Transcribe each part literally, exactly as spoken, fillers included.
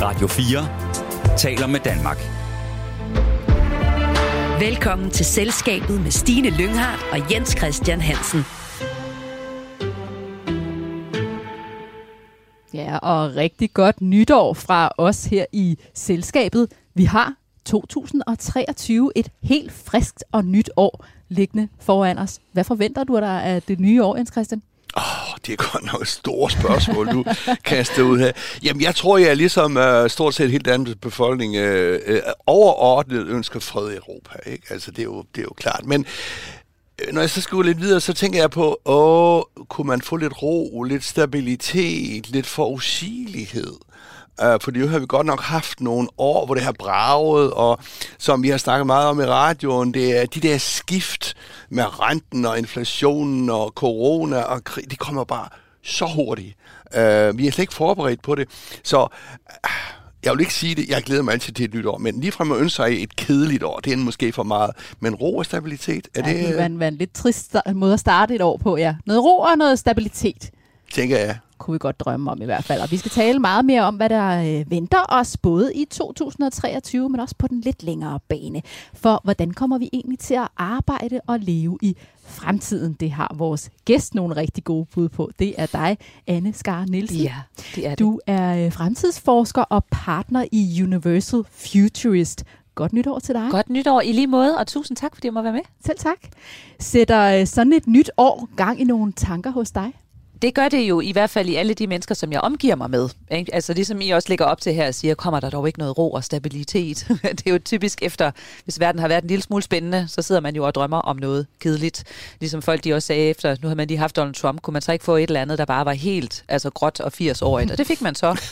Radio fire taler med Danmark. Velkommen til Selskabet med Stine Lynghardt og Jens Christian Hansen. Ja, og rigtig godt nytår fra os her i Selskabet. Vi har to tusind og treogtyve, et helt friskt og nyt år liggende foran os. Hvad forventer du dig af det nye år, Jens Christian? Åh, oh, det er godt nok et stort spørgsmål, du kaster ud her. Jamen, jeg tror, jeg er ligesom uh, stort set helt anden befolkning uh, uh, overordnet ønsker fred i Europa, ikke? Altså, det er jo, det er jo klart. Men uh, når jeg så skal gå lidt videre, så tænker jeg på, åh, kunne man få lidt ro, lidt stabilitet, lidt forudsigelighed? Uh, fordi nu har vi godt nok haft nogle år, hvor det har braget, og som vi har snakket meget om i radioen, det er de der skift med renten og inflationen og corona og krig, det kommer bare så hurtigt. Uh, vi er slet ikke forberedt på det. Så uh, jeg vil ikke sige det, jeg glæder mig altid til et nyt år, men ligefrem at ønske sig et kedeligt år, det er måske for meget. Men ro og stabilitet, er ja, det... Det er en lidt trist måde at starte et år på, ja. Noget ro og noget stabilitet. Tænker jeg. Kunne vi godt drømme om i hvert fald. Og vi skal tale meget mere om, hvad der øh, venter os, både i to tusind og treogtyve, men også på den lidt længere bane. For hvordan kommer vi egentlig til at arbejde og leve i fremtiden? Det har vores gæst nogle rigtig gode bud på. Det er dig, Anne Skar Nielsen. Ja, det er det. Du er øh, fremtidsforsker og partner i Universal Futurist. Godt nytår til dig. Godt nytår i lige måde, og tusind tak, fordi jeg må være med. Selv tak. Sætter øh, sådan et nyt år gang i nogle tanker hos dig? Det gør det jo i hvert fald i alle de mennesker, som jeg omgiver mig med. Ikke? Altså ligesom I også lægger op til her og siger, kommer der dog ikke noget ro og stabilitet? Det er jo typisk efter, hvis verden har været en lille smule spændende, så sidder man jo og drømmer om noget kedeligt. Ligesom folk de også sagde efter, nu har man lige haft Donald Trump, kunne man så ikke få et eller andet, der bare var helt altså gråt og firs-årigt? Og det fik man så.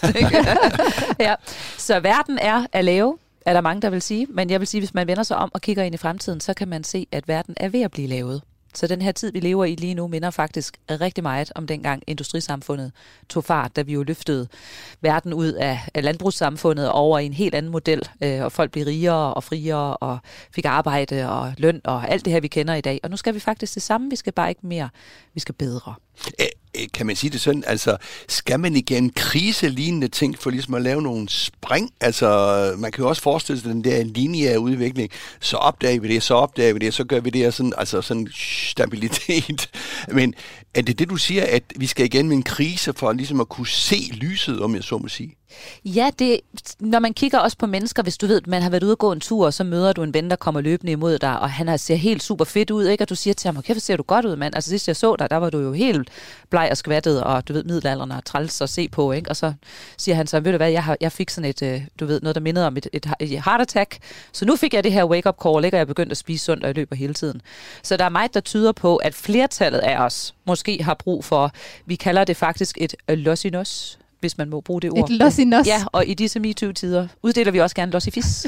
Ja. Så verden er at lave, er der mange, der vil sige. Men jeg vil sige, hvis man vender sig om og kigger ind i fremtiden, så kan man se, at verden er ved at blive lavet. Så den her tid, vi lever i lige nu, minder faktisk rigtig meget om dengang industrisamfundet tog fart, da vi jo løftede verden ud af landbrugssamfundet over i en helt anden model, og folk blev rigere og friere og fik arbejde og løn og alt det her, vi kender i dag. Og nu skal vi faktisk det samme, vi skal bare ikke mere, vi skal bedre. Kan man sige det sådan, altså skal man igen kriselignende ting for ligesom at lave nogle spring? Altså man kan jo også forestille sig den der lineære udvikling, så opdager vi det, så opdager vi det, så gør vi det, sådan, altså sådan stabilitet. Men er det det, du siger, at vi skal igen med en krise for ligesom at kunne se lyset, om jeg så må sige? Ja, det, når man kigger også på mennesker, hvis du ved, man har været ude og gå en tur, og så møder du en ven, der kommer løbende imod dig, og han ser helt super fedt ud, ikke? Og du siger til ham, okay, hvor ser du godt ud, mand? Altså sidst jeg så dig, der var du jo helt bleg og skvattet, og du ved, middelalderen og træls at se på, ikke? Og så siger han så, ved du hvad, jeg, har, jeg fik sådan et, du ved, noget, der mindede om et, et, et heart attack, så nu fik jeg det her wake-up call, ikke? Og jeg begyndte at spise sundt, og jeg løber hele tiden. Så der er meget, der tyder på, at flertallet af os måske har brug for, vi kalder det faktisk et lossinos, hvis man må bruge det ord. Et lossinos. Ja, og i disse MeToo-tider uddeler vi også gerne lossifis.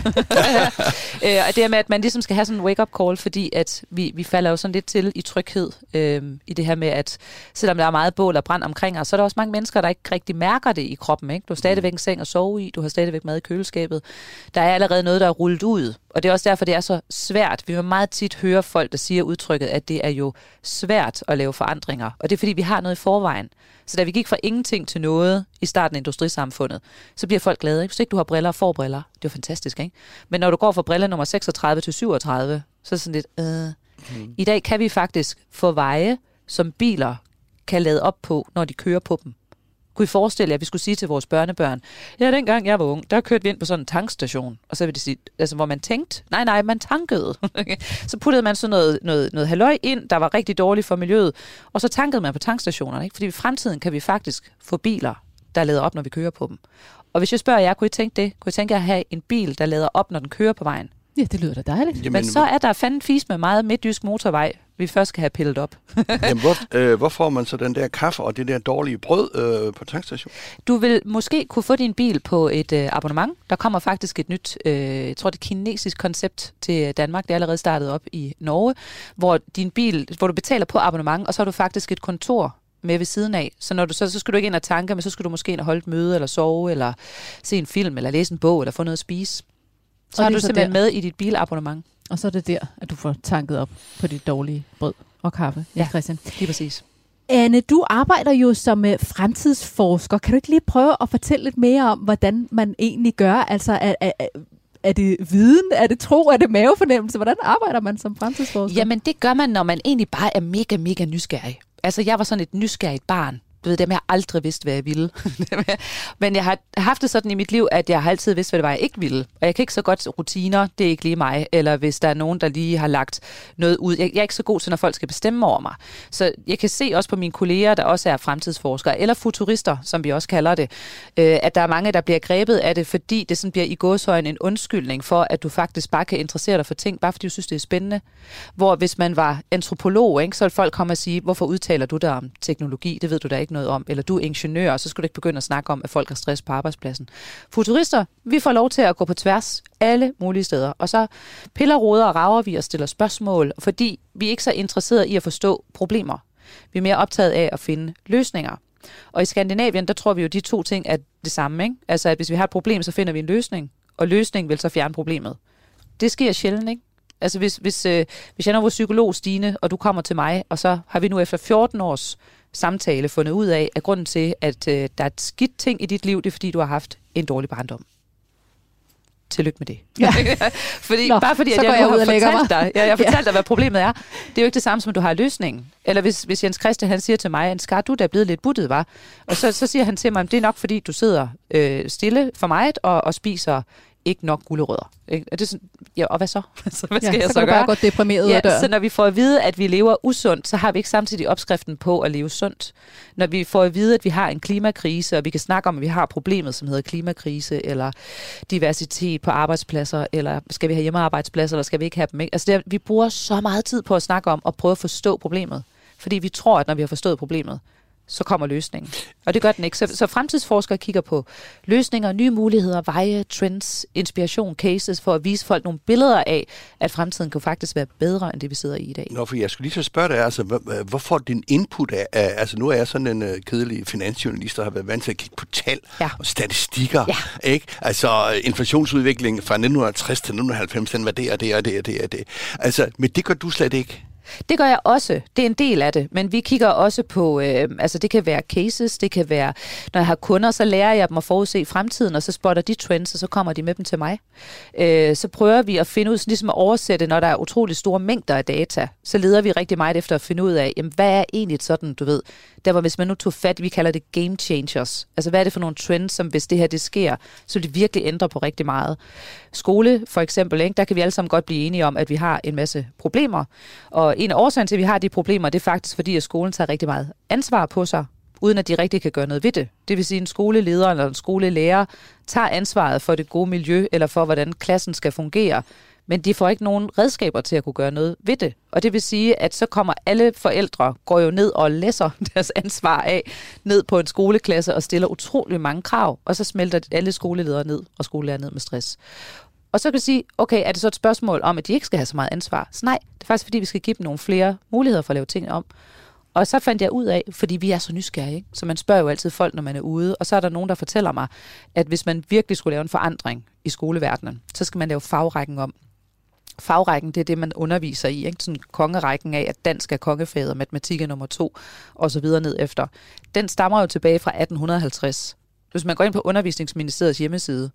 Og det er med, at man ligesom skal have sådan en wake-up call, fordi at vi, vi falder jo sådan lidt til i tryghed øhm, i det her med, at selvom der er meget bål og brand omkring os, så er der også mange mennesker, der ikke rigtig mærker det i kroppen. Ikke? Du har stadigvæk en seng at sove i, du har stadigvæk mad i køleskabet. Der er allerede noget, der er rullet ud. Og det er også derfor, det er så svært. Vi vil meget tit høre folk, der siger udtrykket, at det er jo svært at lave forandringer. Og det er, fordi vi har noget i forvejen. Så da vi gik fra ingenting til noget i starten af industrisamfundet, så bliver folk glade. Ikke? Hvis ikke du har briller og får briller, det er jo fantastisk, ikke? Men når du går fra briller nummer seksogtredive til syvogtredive, så er det sådan lidt, øh. mm. I dag kan vi faktisk få veje, som biler kan lade op på, når de kører på dem. Kunne I forestille jer, at vi skulle sige til vores børnebørn, ja, dengang jeg var ung, der kørte vi ind på sådan en tankstation, og så vil det sige, altså hvor man tænkte, nej, nej, man tankede. Så puttede man så noget, noget, noget halløj ind, der var rigtig dårligt for miljøet, og så tankede man på tankstationerne, ikke? Fordi i fremtiden kan vi faktisk få biler, der lader op, når vi kører på dem. Og hvis jeg spørger jer, kunne I tænke det? Kunne I tænke jer at have en bil, der lader op, når den kører på vejen? Ja, det lyder da dejligt. Jamen, men så er der fandme fis med meget midtjysk motorvej, vi først skal have pillet op. Jamen, hvor, øh, hvor får man så den der kaffe og det der dårlige brød øh, på tankstationen? Du vil måske kunne få din bil på et øh, abonnement. Der kommer faktisk et nyt, øh, jeg tror det er kinesisk koncept til Danmark. Det er allerede startet op i Norge, hvor din bil, hvor du betaler på abonnement, og så har du faktisk et kontor med ved siden af. Så når du så, så skal du ikke ind og tanke, men så skal du måske ind og holde et møde, eller sove, eller se en film, eller læse en bog, eller få noget at spise. Så og har du så simpelthen der med i dit bilabonnement. Og så er det der, at du får tanket op på dit dårlige brød og kaffe. Ja, Christian. Lige præcis. Anne, du arbejder jo som uh, fremtidsforsker. Kan du ikke lige prøve at fortælle lidt mere om, hvordan man egentlig gør? Altså, er, er, er det viden? Er det tro? Er det mavefornemmelse? Hvordan arbejder man som fremtidsforsker? Jamen, det gør man, når man egentlig bare er mega, mega nysgerrig. Altså, jeg var sådan et nysgerrigt barn. Du ved, dem jeg aldrig vidste, hvad jeg ville. Men jeg har haft det sådan i mit liv, at jeg har altid vidst, hvad det var, jeg ikke ville. Og jeg kan ikke så godt rutiner, det er ikke lige mig. Eller hvis der er nogen, der lige har lagt noget ud. Jeg er ikke så god til, når folk skal bestemme over mig. Så jeg kan se også på mine kolleger, der også er fremtidsforskere, eller futurister, som vi også kalder det, at der er mange, der bliver grebet af det, fordi det sådan bliver i gåseøjne en undskyldning for, at du faktisk bare kan interessere dig for ting, bare fordi du synes, det er spændende. Hvor hvis man var antropolog, ikke, så ville folk komme og sige, hvorfor udtaler du dig om teknologi? Det ved du da ikke noget om, eller du er ingeniør, og så skulle du ikke begynde at snakke om, at folk har stress på arbejdspladsen. Futurister, vi får lov til at gå på tværs alle mulige steder, og så piller, roder og rager vi og stiller spørgsmål, fordi vi er ikke så interesserede i at forstå problemer. Vi er mere optaget af at finde løsninger. Og i Skandinavien, der tror vi jo, de to ting er det samme, ikke? Altså, at hvis vi har et problem, så finder vi en løsning, og løsningen vil så fjerne problemet. Det sker sjældent, ikke? Altså, hvis, hvis, øh, hvis jeg nu var psykolog, Stine, og du kommer til mig, og så har vi nu efter fjorten års samtale fundet ud af, at grunden til, at øh, der er et skidt ting i dit liv, det er, fordi du har haft en dårlig barndom. Tillykke med det. Ja. fordi, Nå, bare fordi, at jeg, jeg nu har fortalt dig, jeg, jeg har fortalt ja. dig, hvad problemet er. Det er jo ikke det samme, som at du har løsningen. Eller hvis, hvis Jens Christian, han siger til mig, Ansgar, du er da blevet lidt buttet, var. Og så, så siger han til mig, at det er nok, fordi du sidder øh, stille for meget og, og spiser ikke nok gulerødder. Ikke? Og, det er sådan, ja, og hvad så? så hvad skal ja, jeg så, så kan gøre? Du bare gå deprimeret ud af døren. Så når vi får at vide, at vi lever usundt, så har vi ikke samtidig opskriften på at leve sundt. Når vi får at vide, at vi har en klimakrise, og vi kan snakke om, at vi har problemet, som hedder klimakrise, eller diversitet på arbejdspladser, eller skal vi have hjemmearbejdspladser, eller skal vi ikke have dem? Ikke? Altså det er, vi bruger så meget tid på at snakke om og prøve at forstå problemet. Fordi vi tror, at når vi har forstået problemet, så kommer løsningen. Og det gør den ikke. Så, så fremtidsforskere kigger på løsninger, nye muligheder, veje, trends, inspiration, cases, for at vise folk nogle billeder af, at fremtiden kan faktisk være bedre, end det vi sidder i i dag. Nå, for jeg skulle lige så spørge dig, altså, hvorfor din input er, altså nu er jeg sådan en uh, kedelig finansjournalist, der har været vant til at kigge på tal ja. og statistikker, ja. ikke? Altså inflationsudviklingen fra nitten halvtreds til nitten halvfems, den var det og det og det og det og det. Altså, men det gør du slet ikke. Det gør jeg også. Det er en del af det. Men vi kigger også på, øh, altså det kan være cases, det kan være, når jeg har kunder, så lærer jeg dem at forudse fremtiden, og så spotter de trends, og så kommer de med dem til mig. Øh, så prøver vi at finde ud, ligesom at oversætte, når der er utrolig store mængder af data, så leder vi rigtig meget efter at finde ud af, jamen, hvad er egentlig sådan, du ved, der hvor hvis man nu tog fat, vi kalder det game changers. Altså hvad er det for nogle trends, som hvis det her det sker, så vil det virkelig ændre på rigtig meget. Skole for eksempel, ikke? Der kan vi alle sammen godt blive enige om, at vi har en masse problemer, og en af årsagen til, at vi har de problemer, det er faktisk fordi, at skolen tager rigtig meget ansvar på sig, uden at de rigtig kan gøre noget ved det. Det vil sige, at en skoleleder eller en skolelærer tager ansvaret for det gode miljø, eller for, hvordan klassen skal fungere, men de får ikke nogen redskaber til at kunne gøre noget ved det. Og det vil sige, at så kommer alle forældre, går jo ned og læsser deres ansvar af, ned på en skoleklasse og stiller utrolig mange krav, og så smelter alle skoleledere ned, og skolelærer ned med stress. Og så kan du sige, okay, er det så et spørgsmål om, at de ikke skal have så meget ansvar? Så nej, det er faktisk fordi, vi skal give dem nogle flere muligheder for at lave tingene om. Og så fandt jeg ud af, fordi vi er så nysgerrige, ikke? Så man spørger jo altid folk, når man er ude, og så er der nogen, der fortæller mig, at hvis man virkelig skulle lave en forandring i skoleverdenen, så skal man lave fagrækken om. Fagrækken, det er det, man underviser i, ikke? Sådan kongerækken af, at dansk er kongefaget, og matematik er nummer to, og så videre ned efter. Den stammer jo tilbage fra atten halvtreds. Hvis man går ind på Undervisningsministeriets hjemmeside,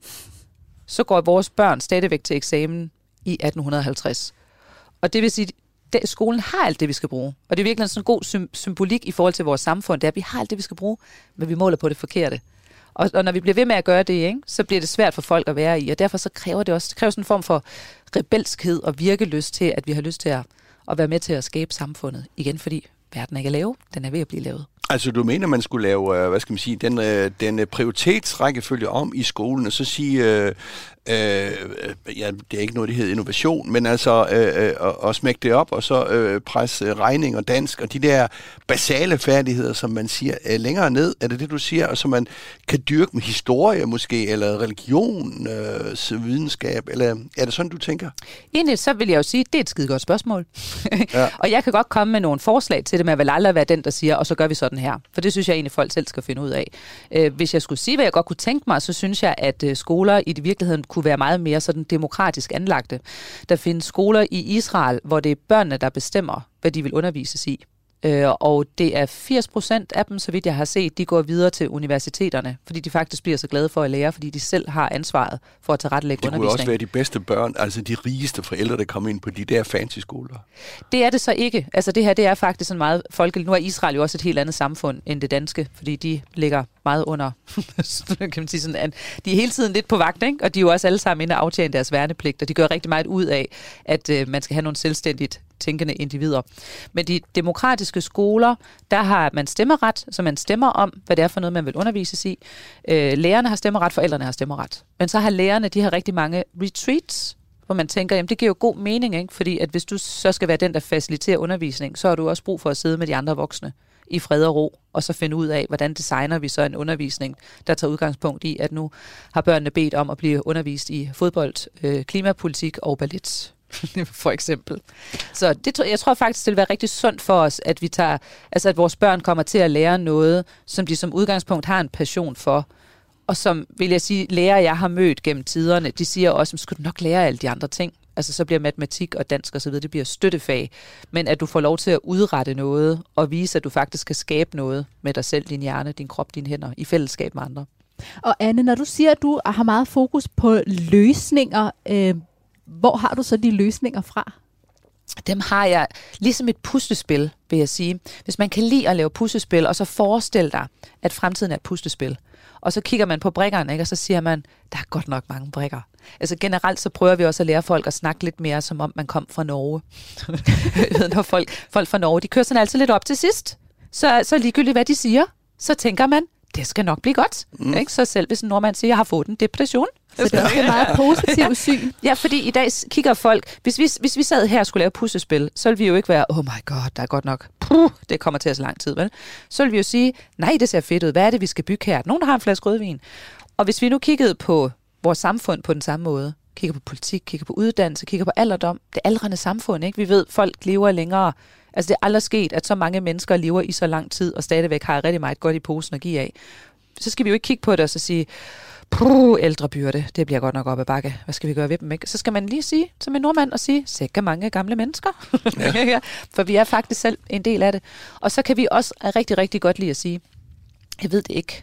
så går vores børn stadigvæk til eksamen i atten halvtreds. Og det vil sige, at skolen har alt det, vi skal bruge. Og det er virkelig sådan en god symbolik i forhold til vores samfund, det er, at vi har alt det, vi skal bruge, men vi måler på det forkerte. Og, og når vi bliver ved med at gøre det, ikke, så bliver det svært for folk at være i, og derfor så kræver det også det kræver sådan en form for rebelskhed og virkelyst til, at vi har lyst til at, at være med til at skabe samfundet igen, fordi verden ikke er lavet, den er ved at blive lavet. Altså du mener, man skulle lave, hvad skal man sige, den, den prioritetsrækkefølge om i skolen, og så sige, øh, øh, ja, det er ikke noget, det hedder innovation, men altså øh, at smække det op, og så øh, presse regning og dansk, og de der basale færdigheder, som man siger, øh, længere ned, er det det, du siger, og som man kan dyrke med historie måske, eller religion, øh, videnskab, eller er det sådan, du tænker? Egentlig så vil jeg jo sige, det er et skide godt spørgsmål. Ja. Og jeg kan godt komme med nogle forslag til det, men jeg vil aldrig være den, der siger, og så gør vi sådan her. For det synes jeg egentlig, folk selv skal finde ud af. Øh, hvis jeg skulle sige, hvad jeg godt kunne tænke mig, så synes jeg, at øh, skoler i det virkeligheden kunne være meget mere sådan demokratisk anlagte. Der findes skoler i Israel, hvor det er børnene, der bestemmer, hvad de vil undervises i. Øh, og det er firs procent af dem, så vidt jeg har set, de går videre til universiteterne, fordi de faktisk bliver så glade for at lære, fordi de selv har ansvaret for at tilrettelægge undervisning. Det kunne også være de bedste børn, altså de rigeste forældre, der kommer ind på de der fancy skoler. Det er det så ikke. Altså det her, det er faktisk sådan meget folkeligt. Nu er Israel jo også et helt andet samfund end det danske, fordi de ligger meget under, kan man sige sådan, at de er hele tiden lidt på vagt, ikke? Og de er jo også alle sammen inde og aftjene deres værnepligt, og de gør rigtig meget ud af, at øh, man skal have nogle selvstændigt tænkende individer. Men de demokratiske skoler, der har man stemmeret, så man stemmer om, hvad det er for noget, man vil undervises i. Øh, lærerne har stemmeret, forældrene har stemmeret. Men så har lærerne, de har rigtig mange retreats, hvor man tænker, jamen det giver jo god mening, ikke? Fordi at hvis du så skal være den, der faciliterer undervisning, så har du også brug for at sidde med de andre voksne i fred og ro, og så finde ud af, hvordan designer vi så en undervisning, der tager udgangspunkt i, at nu har børnene bedt om at blive undervist i fodbold, øh, klimapolitik og ballet, for eksempel. Så det, jeg tror faktisk, det vil være rigtig sundt for os, at vi tager, altså at vores børn kommer til at lære noget, som de som udgangspunkt har en passion for, og som, vil jeg sige, lærere, jeg har mødt gennem tiderne, de siger også, at skulle du nok lære alle de andre ting. Altså så bliver matematik og dansk og så videre, det bliver støttefag. Men at du får lov til at udrette noget, og vise, at du faktisk kan skabe noget med dig selv, din hjerne, din krop, dine hænder, i fællesskab med andre. Og Anne, når du siger, at du har meget fokus på løsninger, øh, hvor har du så de løsninger fra? Dem har jeg ligesom et puslespil, vil jeg sige. Hvis man kan lide at lave puslespil, og så forestille dig, at fremtiden er et puslespil. Og så kigger man på brikkerne, ikke? Og så siger man, der er godt nok mange brikker. Altså generelt så prøver vi også at lære folk at snakke lidt mere, som om man kom fra Norge. Når folk, folk fra Norge, de kører sådan altid lidt op til sidst. Så, så ligegyldigt hvad de siger, så tænker man, det skal nok blive godt. Mm. Ikke? Så selv hvis en nordmand siger, jeg har fået en depression. Så det er meget positivt syn. Ja, fordi i dag kigger folk, hvis vi, hvis vi sad her og skulle lave puslespil, så ville vi jo ikke være, oh my god, der er godt nok, puh, det kommer til at så lang tid, vel? Så ville vi jo sige, nej, det ser fedt ud, hvad er det, vi skal bygge her? Nogen, der har en flaske rødvin. Og hvis vi nu kiggede på vores samfund på den samme måde, kigger på politik, kigger på uddannelse, kigger på alderdom, det aldrende samfund, ikke? Vi ved, folk lever længere. Altså det er aldrig sket, at så mange mennesker lever i så lang tid, og stadigvæk har rigtig meget godt i posen at give af. Så skal vi jo ikke kigge på det og så sige, puh, ældrebyrde, det bliver godt nok op ad bakke. Hvad skal vi gøre ved dem, ikke? Så skal man lige sige, som en nordmand, og sige, sikke mange gamle mennesker. Ja. For vi er faktisk selv en del af det. Og så kan vi også rigtig, rigtig godt lide at sige, jeg ved det ikke.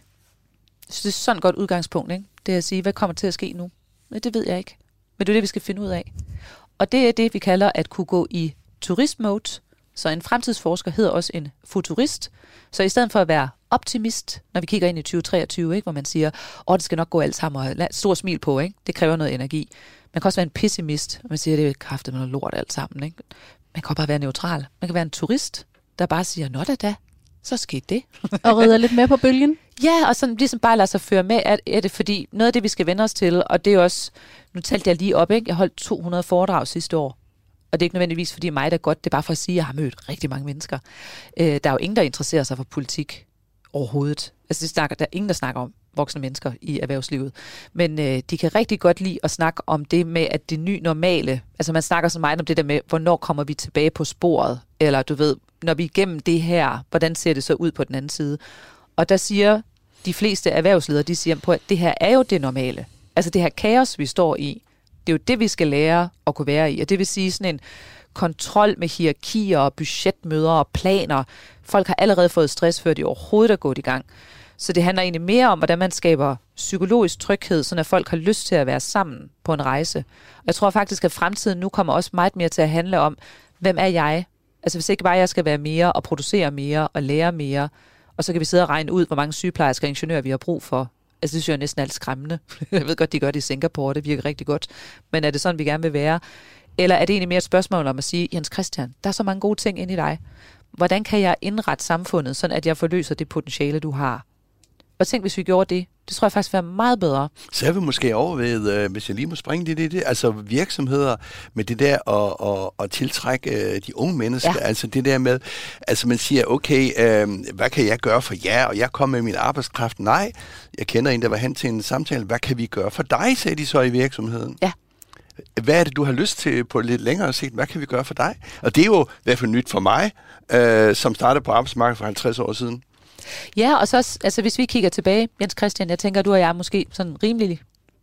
Så det er sådan et godt udgangspunkt, ikke? Det er at sige, hvad kommer til at ske nu? Det ved jeg ikke. Men det er det, vi skal finde ud af. Og det er det, vi kalder at kunne gå i turistmode. Så en fremtidsforsker hedder også en futurist. Så i stedet for at være optimist, når vi kigger ind i tyve treogtyve, ikke, hvor man siger, åh, det skal nok gå alt sammen, og et stort smil på, ikke? Det kræver noget energi. Man kan også være en pessimist, og man siger, det er kraftigt med noget lort alt sammen, ikke? Man kan bare være neutral. Man kan være en turist, der bare siger, nå da da, så skete det. Og rider lidt med på bølgen? Ja, og sådan ligesom bare lade sig føre med, er, er det, fordi noget af det, vi skal vende os til, og det er også, nu talte jeg lige op, ikke? Jeg holdt to hundrede foredrag sidste år. Og det er ikke nødvendigvis, fordi mig der er godt, det er bare for at sige, at jeg har mødt rigtig mange mennesker. Øh, der er jo ingen, der interesserer sig for politik overhovedet. Altså, det snakker, der er ingen, der snakker om voksne mennesker i erhvervslivet. Men øh, de kan rigtig godt lide at snakke om det med, at det nye normale, altså man snakker så meget om det der med, hvornår kommer vi tilbage på sporet, eller du ved, når vi er igennem det her, hvordan ser det så ud på den anden side? Og der siger de fleste erhvervsledere, de siger på, at det her er jo det normale. Altså det her kaos, vi står i, det er jo det, vi skal lære at kunne være i. Og det vil sige sådan en kontrol med hierarkier og budgetmøder og planer. Folk har allerede fået stress, før de overhovedet er gået i gang. Så det handler egentlig mere om, hvordan man skaber psykologisk tryghed, så at folk har lyst til at være sammen på en rejse. Og jeg tror faktisk, at fremtiden nu kommer også meget mere til at handle om, hvem er jeg? Altså hvis ikke bare jeg skal være mere og producere mere og lære mere, og så kan vi sidde og regne ud, hvor mange sygeplejersker og ingeniører vi har brug for. Altså det synes jeg er næsten alt skræmmende. Jeg ved godt, de gør det i Singapore, det virker rigtig godt. Men er det sådan, vi gerne vil være? Eller er det egentlig mere et spørgsmål om at sige, Jens Christian, der er så mange gode ting inde i dig. Hvordan kan jeg indrette samfundet, sådan at jeg forløser det potentiale, du har? Og tænk, hvis vi gjorde det. Det tror jeg faktisk vil være meget bedre. Så jeg vil måske overveje, øh, hvis jeg lige må springe lidt i det, altså virksomheder med det der at, at, at tiltrække øh, de unge mennesker, ja. Altså det der med, altså man siger, okay, øh, hvad kan jeg gøre for jer, og jeg kommer med min arbejdskraft? Nej, jeg kender en, der var hen til en samtale, hvad kan vi gøre for dig, sagde de så i virksomheden. Ja. Hvad er det, du har lyst til på lidt længere sigt? Hvad kan vi gøre for dig? Og det er jo i hvert fald nyt for mig, øh, som startede på arbejdsmarkedet for halvtreds år siden. Ja, og så altså, hvis vi kigger tilbage, Jens Christian, jeg tænker, du og jeg er måske sådan rimelig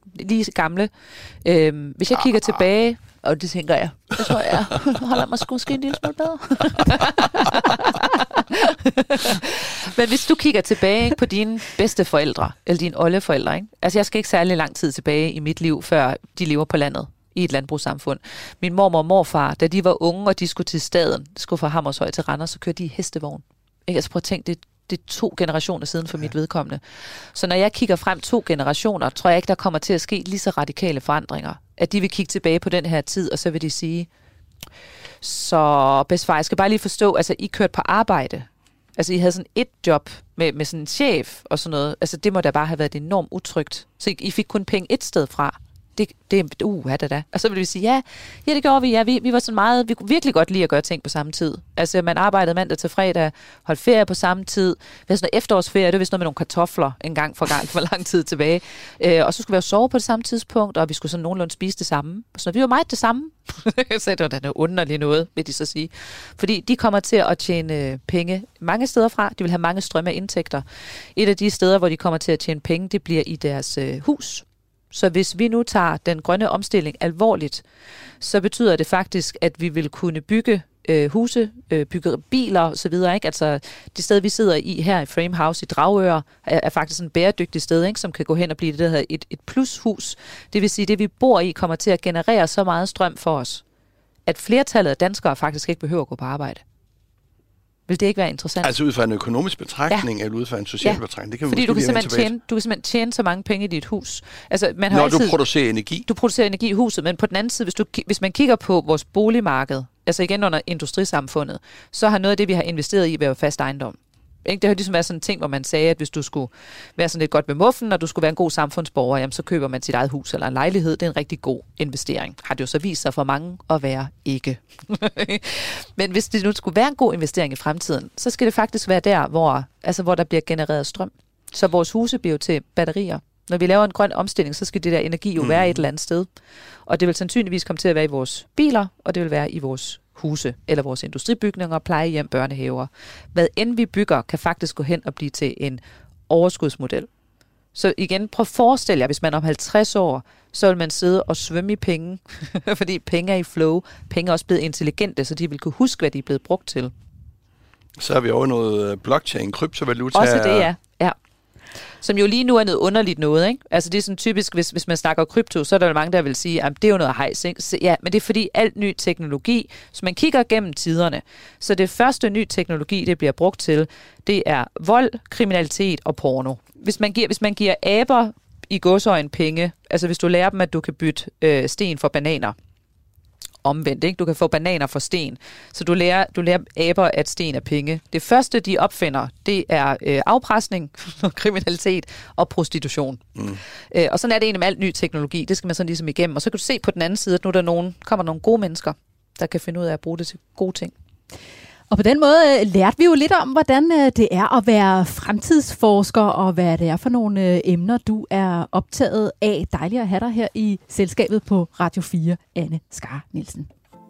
lige gamle. Øhm, hvis jeg kigger tilbage, og det tænker jeg, jeg tror, jeg holder mig måske en lille smule bedre. Men hvis du kigger tilbage på dine bedste forældre, eller dine oldeforældre, ikke? Altså jeg skal ikke særlig lang tid tilbage i mit liv, før de lever på landet i et landbrugssamfund. Min mormor og morfar, da de var unge, og de skulle til staden, skulle fra Hammershøj til Randers, så kørte de i hestevogn. Ikke? Altså prøv at tænke, det, det er to generationer siden for mit vedkommende. Så når jeg kigger frem to generationer, tror jeg ikke, der kommer til at ske lige så radikale forandringer. At de vil kigge tilbage på den her tid, og så vil de sige, så bedstefar, jeg skal bare lige forstå, altså I kørte på arbejde. Altså I havde sådan et job med, med sådan en chef og sådan noget. Altså det må da bare have været enormt utrygt. Så I, I fik kun penge et sted fra. Det, det uh, hvad da da. Og så ville vi sige, ja, ja det gjorde vi, ja, vi, vi var sådan meget, vi kunne virkelig godt lide at gøre ting på samme tid. Altså man arbejdede mandag til fredag, holdt ferie på samme tid, vi havde sådan noget efterårsferie, det var sådan noget med nogle kartofler en gang for gang for lang tid tilbage. Øh, og så skulle vi jo sove på det samme tidspunkt, og vi skulle sådan nogenlunde spise det samme. Så vi var meget det samme. Så det var da noget underligt noget, vil de så sige. Fordi de kommer til at tjene penge mange steder fra, de vil have mange strømme af indtægter. Et af de steder, hvor de kommer til at tjene penge, det bliver i deres øh, hus. Så hvis vi nu tager den grønne omstilling alvorligt, så betyder det faktisk, at vi vil kunne bygge øh, huse, øh, bygge biler osv. Altså det sted, vi sidder i her i Frame House i Dragør, er, er faktisk en bæredygtigt sted, ikke, som kan gå hen og blive det, der hedder et, et plushus. Det vil sige, at det vi bor i kommer til at generere så meget strøm for os, at flertallet af danskere faktisk ikke behøver at gå på arbejde. Vil det ikke være interessant? Altså ud fra en økonomisk betragtning, ja. Eller ud fra en social ja. betragtning? Det kan Fordi du kan, simpelthen tjene, du kan simpelthen tjene så mange penge i dit hus. Altså, man har Når altid, du producerer energi? Du producerer energi i huset, men på den anden side, hvis, du, hvis man kigger på vores boligmarked, altså igen under industrisamfundet, så har noget af det, vi har investeret i, været fast ejendom. Ikke? Det har ligesom været sådan en ting, hvor man sagde, at hvis du skulle være sådan lidt godt med muffen, og du skulle være en god samfundsborger, jamen, så køber man sit eget hus eller en lejlighed. Det er en rigtig god investering. Har det jo så vist sig for mange at være ikke. Men hvis det nu skulle være en god investering i fremtiden, så skal det faktisk være der, hvor, altså, hvor der bliver genereret strøm. Så vores huse bliver jo til batterier. Når vi laver en grøn omstilling, så skal det der energi jo være et eller andet sted. Og det vil sandsynligvis komme til at være i vores biler, og det vil være i vores huse, eller vores industribygninger, plejehjem, børnehaver. Hvad end vi bygger, kan faktisk gå hen og blive til en overskudsmodel. Så igen, prøv at forestille jer, hvis man om halvtreds år, så vil man sidde og svømme i penge, fordi penge er i flow. Penge er også blevet intelligente, så de vil kunne huske, hvad de er blevet brugt til. Så er vi over noget blockchain, kryptovaluta. Også det, ja. ja. Som jo lige nu er noget underligt noget, ikke? Altså det er sådan typisk, hvis, hvis man snakker krypto, så er der jo mange, der vil sige, at det er jo noget hejs, ikke? Så, ja, men det er fordi alt ny teknologi, så man kigger gennem tiderne, så det første ny teknologi, det bliver brugt til, det er vold, kriminalitet og porno. Hvis man giver, hvis man giver aber i gåseøjne penge, altså hvis du lærer dem, at du kan bytte øh, sten for bananer, omvendt, ikke? Du kan få bananer for sten. Så du lærer, du lærer aber, at sten er penge. Det første, de opfinder, det er øh, afpresning, kriminalitet og prostitution. Mm. Øh, og sådan er det egentlig med alt ny teknologi. Det skal man sådan ligesom igennem. Og så kan du se på den anden side, at nu er der nogen, kommer nogle gode mennesker, der kan finde ud af at bruge det til gode ting. Og på den måde lærte vi jo lidt om, hvordan det er at være fremtidsforsker, og hvad det er for nogle emner, du er optaget af. Dejligt at have dig her i selskabet på Radio fire, Anne Skar Nielsen.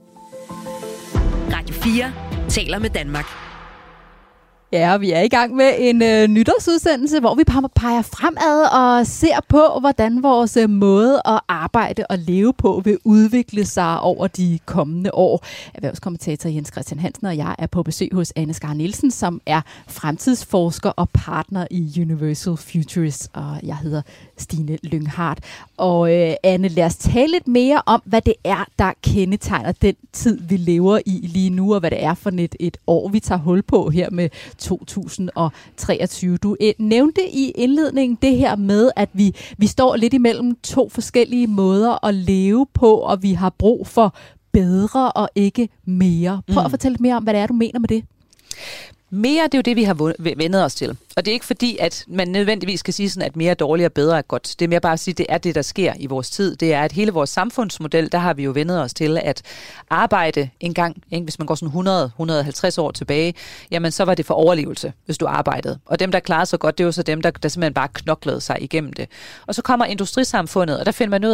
Radio fire taler med Danmark. Ja, vi er i gang med en øh, nytårsudsendelse, hvor vi peger fremad og ser på, hvordan vores øh, måde at arbejde og leve på vil udvikle sig over de kommende år. Erhvervskommentator Jens Christian Hansen og jeg er på besøg hos Anne Skar Nielsen, som er fremtidsforsker og partner i Universal Futures, og jeg hedder Stine Lynghardt. Og øh, Anne, lad os tale lidt mere om, hvad det er, der kendetegner den tid, vi lever i lige nu, og hvad det er for et, et år, vi tager hul på her med to tusind treogtyve. Du øh, nævnte i indledningen det her med, at vi, vi står lidt imellem to forskellige måder at leve på, og vi har brug for bedre og ikke mere. Prøv mm. at fortælle mere om, hvad det er, du mener med det. Mere, det er jo det, vi har vendet os til. Og det er ikke fordi, at man nødvendigvis skal sige sådan, at mere dårligt og bedre er godt. Det er mere bare at sige, at det er det, der sker i vores tid. Det er, at hele vores samfundsmodel, der har vi jo vendet os til at arbejde en gang, ikke? Hvis man går sådan hundrede til hundrede og halvtreds år tilbage, jamen så var det for overlevelse, hvis du arbejdede. Og dem, der klarede sig godt, det var så dem, der, der simpelthen bare knoklede sig igennem det. Og så kommer industrisamfundet, og der finder man ud af,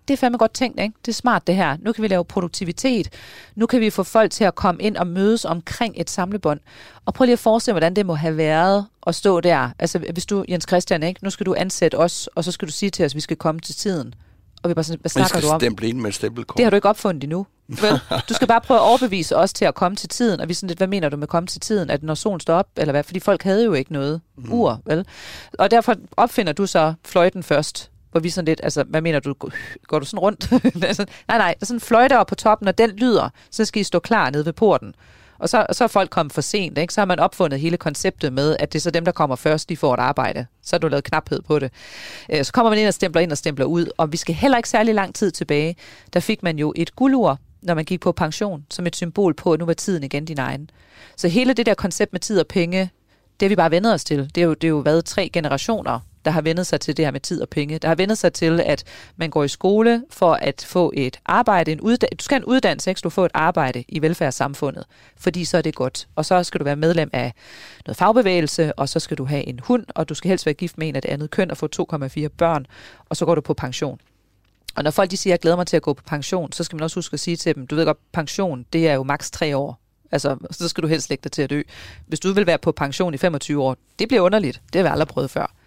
det er fandme godt tænkt, ikke? Det er smart det her. Nu kan vi lave produktivitet. Nu kan vi få folk til at komme ind og mødes omkring et samlebånd. Og prøv lige at forestille, hvordan det må have været at stå der. Altså hvis du, Jens Christian, ikke? Nu skal du ansætte os, og så skal du sige til os, at vi skal komme til tiden. Og vi bare sådan, hvad snakker du om? Stemple ind med et stempelkort. Det har du ikke opfundet endnu. Vel? Du skal bare prøve at overbevise os til at komme til tiden. Og vi sådan lidt, hvad mener du med komme til tiden? At når solen står op, eller hvad? Fordi folk havde jo ikke noget mm. ur, vel? Og derfor opfinder du så fløjten først. Hvor vi sådan lidt, altså, hvad mener du? Går du sådan rundt? nej, nej, der er sådan en fløjte op på toppen, og den lyder, så skal I stå klar nede ved porten. Og så, så er folk kommet for sent, ikke? Så har man opfundet hele konceptet med, at det er så dem, der kommer først, de får et arbejde. Så har du lavet knaphed på det. Så kommer man ind og stempler ind og stempler ud, og vi skal heller ikke særlig lang tid tilbage. Der fik man jo et guldur, når man gik på pension, som et symbol på, at nu var tiden igen din egen. Så hele det der koncept med tid og penge, det har vi bare vendet os til. Det har jo, det er jo været tre generationer, der har vendet sig til det her med tid og penge. Der har vendet sig til, at man går i skole for at få et arbejde. En udda- du skal have en uddannelse, ikke? Så du får et arbejde i velfærdssamfundet, fordi så er det godt. Og så skal du være medlem af noget fagbevægelse, og så skal du have en hund, og du skal helst være gift med en af det andet køn og få to komma fire børn, og så går du på pension. Og når folk de siger, at jeg glæder mig til at gå på pension, så skal man også huske at sige til dem, du ved godt, pension, det er jo maks tre år. Altså, så skal du helst lægge dig til at dø. Hvis du vil være på pension i femogtyve år, det bliver underligt. Det har vi aldrig prøvet før.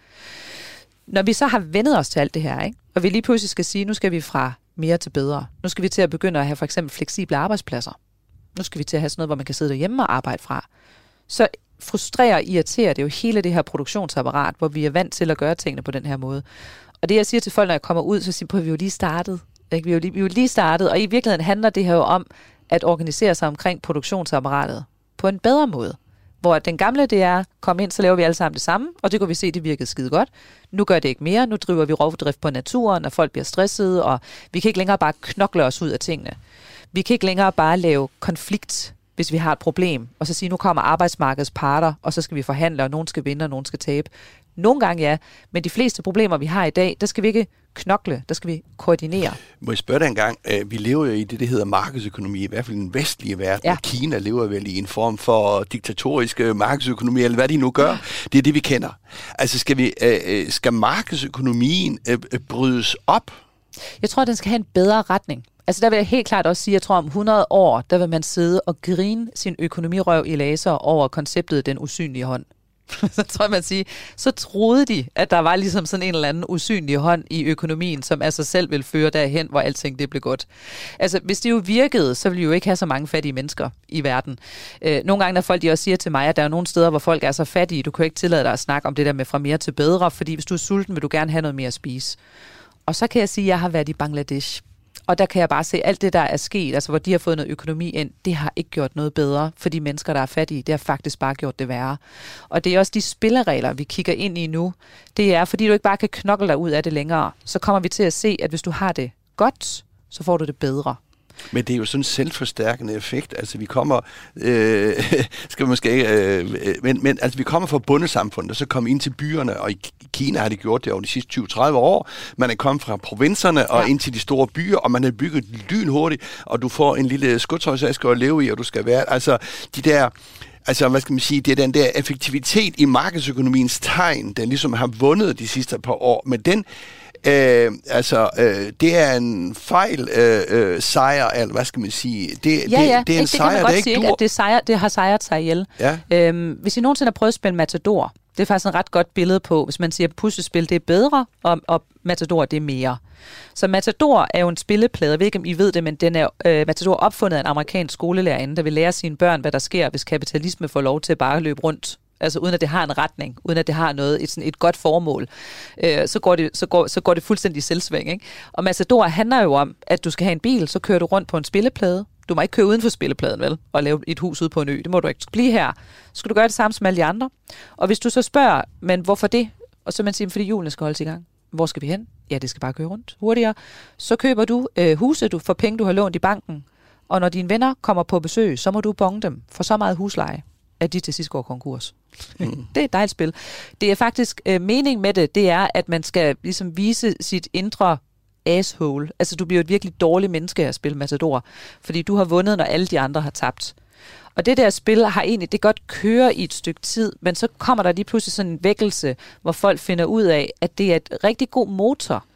Når vi så har vendet os til alt det her, ikke? Og vi lige pludselig skal sige, nu skal vi fra mere til bedre. Nu skal vi til at begynde at have for eksempel fleksible arbejdspladser. Nu skal vi til at have sådan noget, hvor man kan sidde derhjemme og arbejde fra. Så frustrerer og irriterer det jo hele det her produktionsapparat, hvor vi er vant til at gøre tingene på den her måde. Og det jeg siger til folk, når jeg kommer ud, så siger jeg, at vi er jo lige startet. Ikke? Vi er jo lige, vi er jo lige startet, og i virkeligheden handler det her jo om at organisere sig omkring produktionsapparatet på en bedre måde. Hvor den gamle, det er, kom ind, så laver vi alle sammen det samme, og det kunne vi se, det virkede skide godt. Nu gør det ikke mere, nu driver vi rovdrift på naturen, og folk bliver stressede, og vi kan ikke længere bare knokle os ud af tingene. Vi kan ikke længere bare lave konflikt, hvis vi har et problem, og så sige, nu kommer arbejdsmarkedets parter, og så skal vi forhandle, og nogen skal vinde, og nogen skal tabe. Nogle gange ja, men de fleste problemer, vi har i dag, der skal vi ikke knokle, der skal vi koordinere. Må jeg spørge dig en gang, vi lever jo i det, der hedder markedsøkonomi, i hvert fald i den vestlige verden. Ja. Kina lever vel i en form for diktatorisk markedsøkonomi, eller hvad de nu gør. Det er det, vi kender. Altså, skal, vi, skal markedsøkonomien brydes op? Jeg tror, den skal have en bedre retning. Altså der vil jeg helt klart også sige, at jeg tror om hundrede år, der vil man sidde og grine sin økonomirøv i laser over konceptet den usynlige hånd. Så tror jeg, man siger, så troede de, at der var ligesom sådan en eller anden usynlig hånd i økonomien, som af sig selv ville føre derhen, hvor alting det blev godt. Altså, hvis det jo virkede, så ville vi jo ikke have så mange fattige mennesker i verden. Øh, nogle gange, når folk de også siger til mig, at der er nogle steder, hvor folk er så fattige, du kan ikke tillade dig at snakke om det der med fra mere til bedre, fordi hvis du er sulten, vil du gerne have noget mere at spise. Og så kan jeg sige, at jeg har været i Bangladesh. Og der kan jeg bare se, at alt det, der er sket, altså hvor de har fået noget økonomi ind, det har ikke gjort noget bedre for de mennesker, der er fattige. Det har faktisk bare gjort det værre. Og det er også de spilleregler, vi kigger ind i nu. Det er, fordi du ikke bare kan knokle dig ud af det længere, så kommer vi til at se, at hvis du har det godt, så får du det bedre. Men det er jo sådan en selvforstærkende effekt. Altså vi kommer, øh, skal vi måske ikke, øh, men, men altså vi kommer fra bundesamfundet, og så kommer ind til byerne, og i Kina har de gjort det over de sidste tyve til tredive år. Man er kommet fra provinserne og ja. ind til de store byer, og man har bygget lynhurtigt, og du får en lille skudtøjsaske at leve i, og du skal være, altså de der, altså hvad skal man sige, det er den der effektivitet i markedsøkonomiens tegn, den ligesom har vundet de sidste par år, men den Øh, altså, øh, det er en fejl øh, øh, sejr, eller hvad skal man sige? Det, ja, ja. det, det er en det sejr, det det ikke sige, dur. At det, sejr, det har sejret sig ihjel. Ja. Øhm, hvis I nogensinde har prøvet at spille Matador, det er faktisk et ret godt billede på, hvis man siger, at puslespil det er bedre, og, og Matador det er mere. Så Matador er jo en spilleplade, jeg ved ikke om I ved det, men den er øh, Matador opfundet af en amerikansk skolelærerinde, der vil lære sine børn, hvad der sker, hvis kapitalisme får lov til at bare løbe rundt. Altså uden at det har en retning, uden at det har noget, et, sådan et godt formål, øh, så, går det, så, går, så går det fuldstændig selvsving. Ikke? Og Matador handler jo om, at du skal have en bil, så kører du rundt på en spilleplade. Du må ikke køre uden for spillepladen, vel? Og lave et hus ude på en ø. Det må du ikke. Du skal blive her. Så skal du gøre det samme som alle de andre. Og hvis du så spørger, men hvorfor det? Og så man siger, fordi hjulene skal holdes i gang. Hvor skal vi hen? Ja, det skal bare køre rundt hurtigere. Så køber du øh, huset du for penge, du har lånt i banken. Og når dine venner kommer på besøg, så må du bonge dem for så meget husleje, at de til sidst går konkurs. Mm. Det er et dejligt spil. Det er faktisk øh, meningen med det, det er, at man skal ligesom vise sit indre asshole. Altså, du bliver et virkelig dårligt menneske at spille Matador, fordi du har vundet, når alle de andre har tabt. Og det der spil har egentlig, det godt køre i et stykke tid, men så kommer der lige pludselig sådan en vækkelse, hvor folk finder ud af, at det er et rigtig god motor.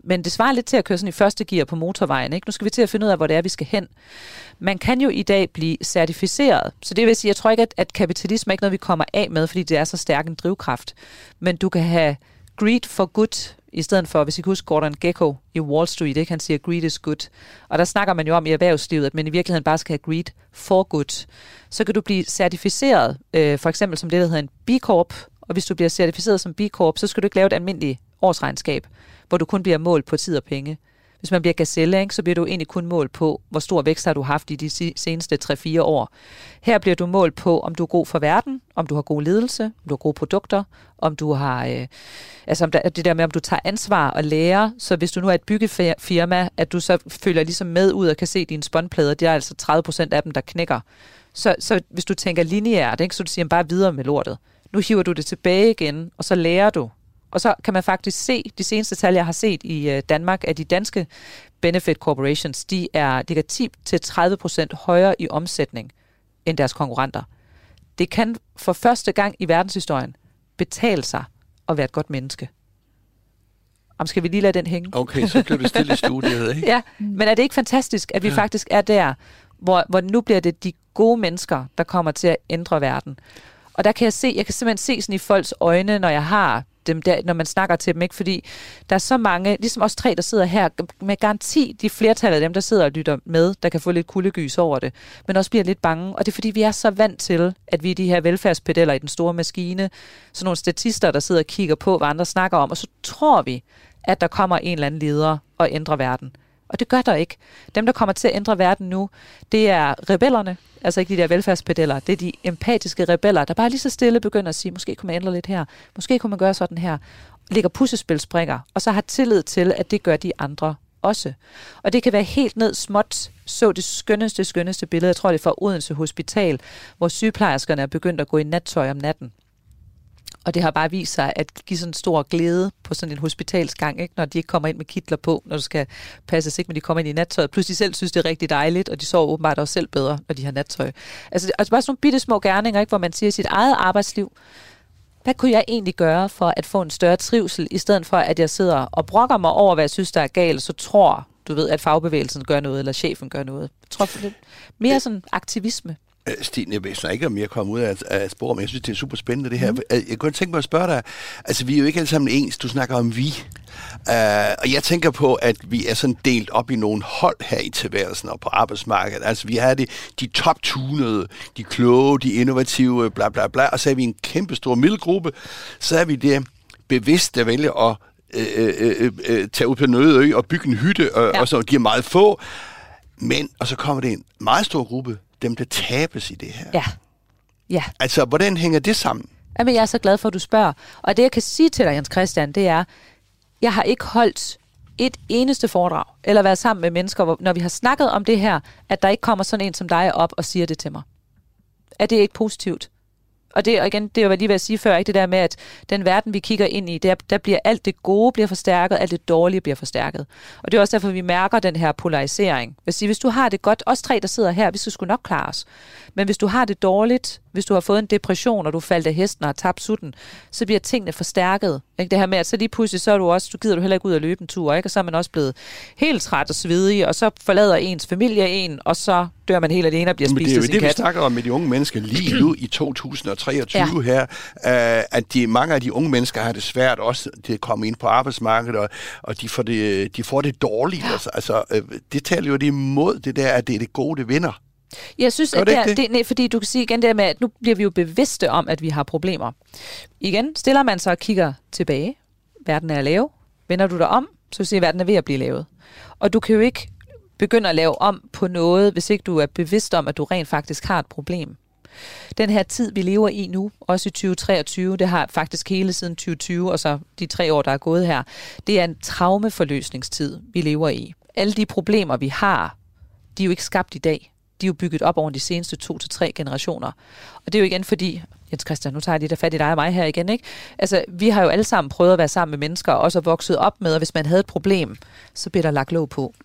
men det svarer lidt til at køre sådan i første gear på motorvejen. Ikke? Nu skal vi til at finde ud af, hvor det er, vi skal hen. Man kan jo i dag blive certificeret. Så det vil sige, jeg tror ikke, at, at kapitalisme er ikke noget, vi kommer af med, fordi det er så stærk en drivkraft. Men du kan have greed for good, i stedet for, hvis I kan huske Gordon Gekko i Wall Street, ikke? Han siger, greed is good. Og der snakker man jo om i erhvervslivet, at man i virkeligheden bare skal have greed for good. Så kan du blive certificeret, øh, for eksempel som det, der hedder en B Corp. Og hvis du bliver certificeret som B Corp, så skal du ikke lave et almindeligt årsregnskab, hvor du kun bliver målt på tid og penge. Hvis man bliver gazelle, ikke, så bliver du egentlig kun målt på, hvor stor vækst har du haft i de seneste tre fire år. Her bliver du målt på, om du er god for verden, om du har god ledelse, om du har gode produkter, om du har, øh, altså om der, det der med, om du tager ansvar og lærer. Så hvis du nu er et byggefirma, at du så følger ligesom med ud og kan se dine spåndplader, det er altså tredive procent af dem, der knækker. Så, så hvis du tænker lineært, ikke, så du siger bare videre med lortet. Nu hiver du det tilbage igen, og så lærer du. Og så kan man faktisk se, de seneste tal, jeg har set i Danmark, at de danske benefit corporations, de er de kan ti til tredive procent højere i omsætning end deres konkurrenter. Det kan for første gang i verdenshistorien betale sig at være et godt menneske. Om skal vi lige lade den hænge? Okay, så blev det stille i studiet, ikke? Ja, men er det ikke fantastisk, at vi ja. faktisk er der, hvor, hvor nu bliver det de gode mennesker, der kommer til at ændre verden. Og der kan jeg se, jeg kan simpelthen se sådan i folks øjne, når jeg har dem der, når man snakker til dem, ikke? Fordi der er så mange, ligesom os tre, der sidder her, med garanti de flertal af dem, der sidder og lytter med, der kan få lidt kuldegys over det, men også bliver lidt bange. Og det er fordi, vi er så vant til, at vi er de her velfærdspedeller i den store maskine, sådan nogle statister, der sidder og kigger på, hvad andre snakker om, og så tror vi, at der kommer en eller anden leder og ændrer verden. Og det gør der ikke. Dem, der kommer til at ændre verden nu, det er rebellerne, altså ikke de der velfærdspedeller, det er de empatiske rebeller, der bare lige så stille begynder at sige, måske kunne man ændre lidt her, måske kunne man gøre sådan her, ligger puslespilsbrikker, og så har tillid til, at det gør de andre også. Og det kan være helt ned småt, så det skønneste, skønneste billede, jeg tror det er fra Odense Hospital, hvor sygeplejerskerne er begyndt at gå i nattøj om natten. Og det har bare vist sig at give sådan en stor glæde på sådan en hospitalsgang, ikke? Når de ikke kommer ind med kitler på, når du skal passes, ikke? Men de kommer ind i nattøjet. Plus de selv synes, det er rigtig dejligt, og de sover åbenbart også selv bedre, når de har nattøj. Altså, altså bare sådan nogle bitte små gerninger, ikke? Hvor man siger i sit eget arbejdsliv, hvad kunne jeg egentlig gøre for at få en større trivsel, i stedet for at jeg sidder og brokker mig over, hvad jeg synes, der er galt, så tror du ved, at fagbevægelsen gør noget, eller chefen gør noget. Jeg tror for det mere sådan aktivisme. Stine, jeg ved ikke, om jeg kommer ud af, af spor, men jeg synes, det er super spændende, det her. Mm. Jeg kunne tænke mig at spørge dig, altså vi er jo ikke alle sammen ens, du snakker om vi. Uh, og jeg tænker på, at vi er sådan delt op i nogle hold her i tilværelsen og på arbejdsmarkedet. Altså vi har det, de top-tunede, de kloge, de innovative, bla bla bla, og så er vi en kæmpe stor middelgruppe. Så er vi det bevidst, der vælger at øh, øh, øh, tage ud på en øde ø og bygge en hytte, og, ja. og så de er meget få. Men, og så kommer det en meget stor gruppe, dem der tabes i det her. Ja. Ja. Altså, hvordan hænger det sammen? Jamen, jeg er så glad for, at du spørger. Og det, jeg kan sige til dig, Jens Christian, det er, jeg har ikke holdt et eneste foredrag, eller været sammen med mennesker, hvor, når vi har snakket om det her, at der ikke kommer sådan en som dig op og siger det til mig. Er det ikke positivt? Og det, og igen, det er jo, hvad jeg lige vil sige før, ikke det der med, at den verden, vi kigger ind i, der, der bliver alt det gode bliver forstærket, alt det dårlige bliver forstærket. Og det er også derfor, vi mærker den her polarisering. Hvis, hvis du har det godt, os tre, der sidder her, vi skal sgu nok klare os. Men hvis du har det dårligt, hvis du har fået en depression, og du faldt af hesten og har tabt sutten, så bliver tingene forstærket. Ikke? Det her med, at så lige pludselig, så er du også, du gider du heller ikke ud og løbe en tur, ikke? Og så er man også blevet helt træt og svedig, og så forlader ens familie en, og så dør man helt alene og bliver spist af sin kat. Det er jo det, vi snakker om med de unge mennesker lige nu i to tusind og treogtyve ja. her, uh, at de, mange af de unge mennesker har det svært også til at komme ind på arbejdsmarkedet, og, og de, får det, de får det dårligt. Ja. Altså, altså, uh, det taler jo det imod det der, at det er det gode, det vinder. Jeg synes, at det, det? Det, nej, fordi du kan sige igen det med, at nu bliver vi jo bevidste om, at vi har problemer. Igen, stiller man sig og kigger tilbage. Verden er lav. Vender du dig om, så siger verden er ved at blive lavet. Og du kan jo ikke begynde at lave om på noget, hvis ikke du er bevidst om, at du rent faktisk har et problem. Den her tid, vi lever i nu, også i tyve treogtyve, det har faktisk hele siden tyve tyve, og så de tre år, der er gået her, det er en traumeforløsningstid, vi lever i. Alle de problemer, vi har, de er jo ikke skabt i dag. De er jo bygget op over de seneste to til tre generationer. Og det er jo igen fordi, Jens Christian, nu tager jeg lige der fat i dig og mig her igen, ikke? Altså, vi har jo alle sammen prøvet at være sammen med mennesker, og også vokset op med, at hvis man havde et problem, så bliver der lagt låg på.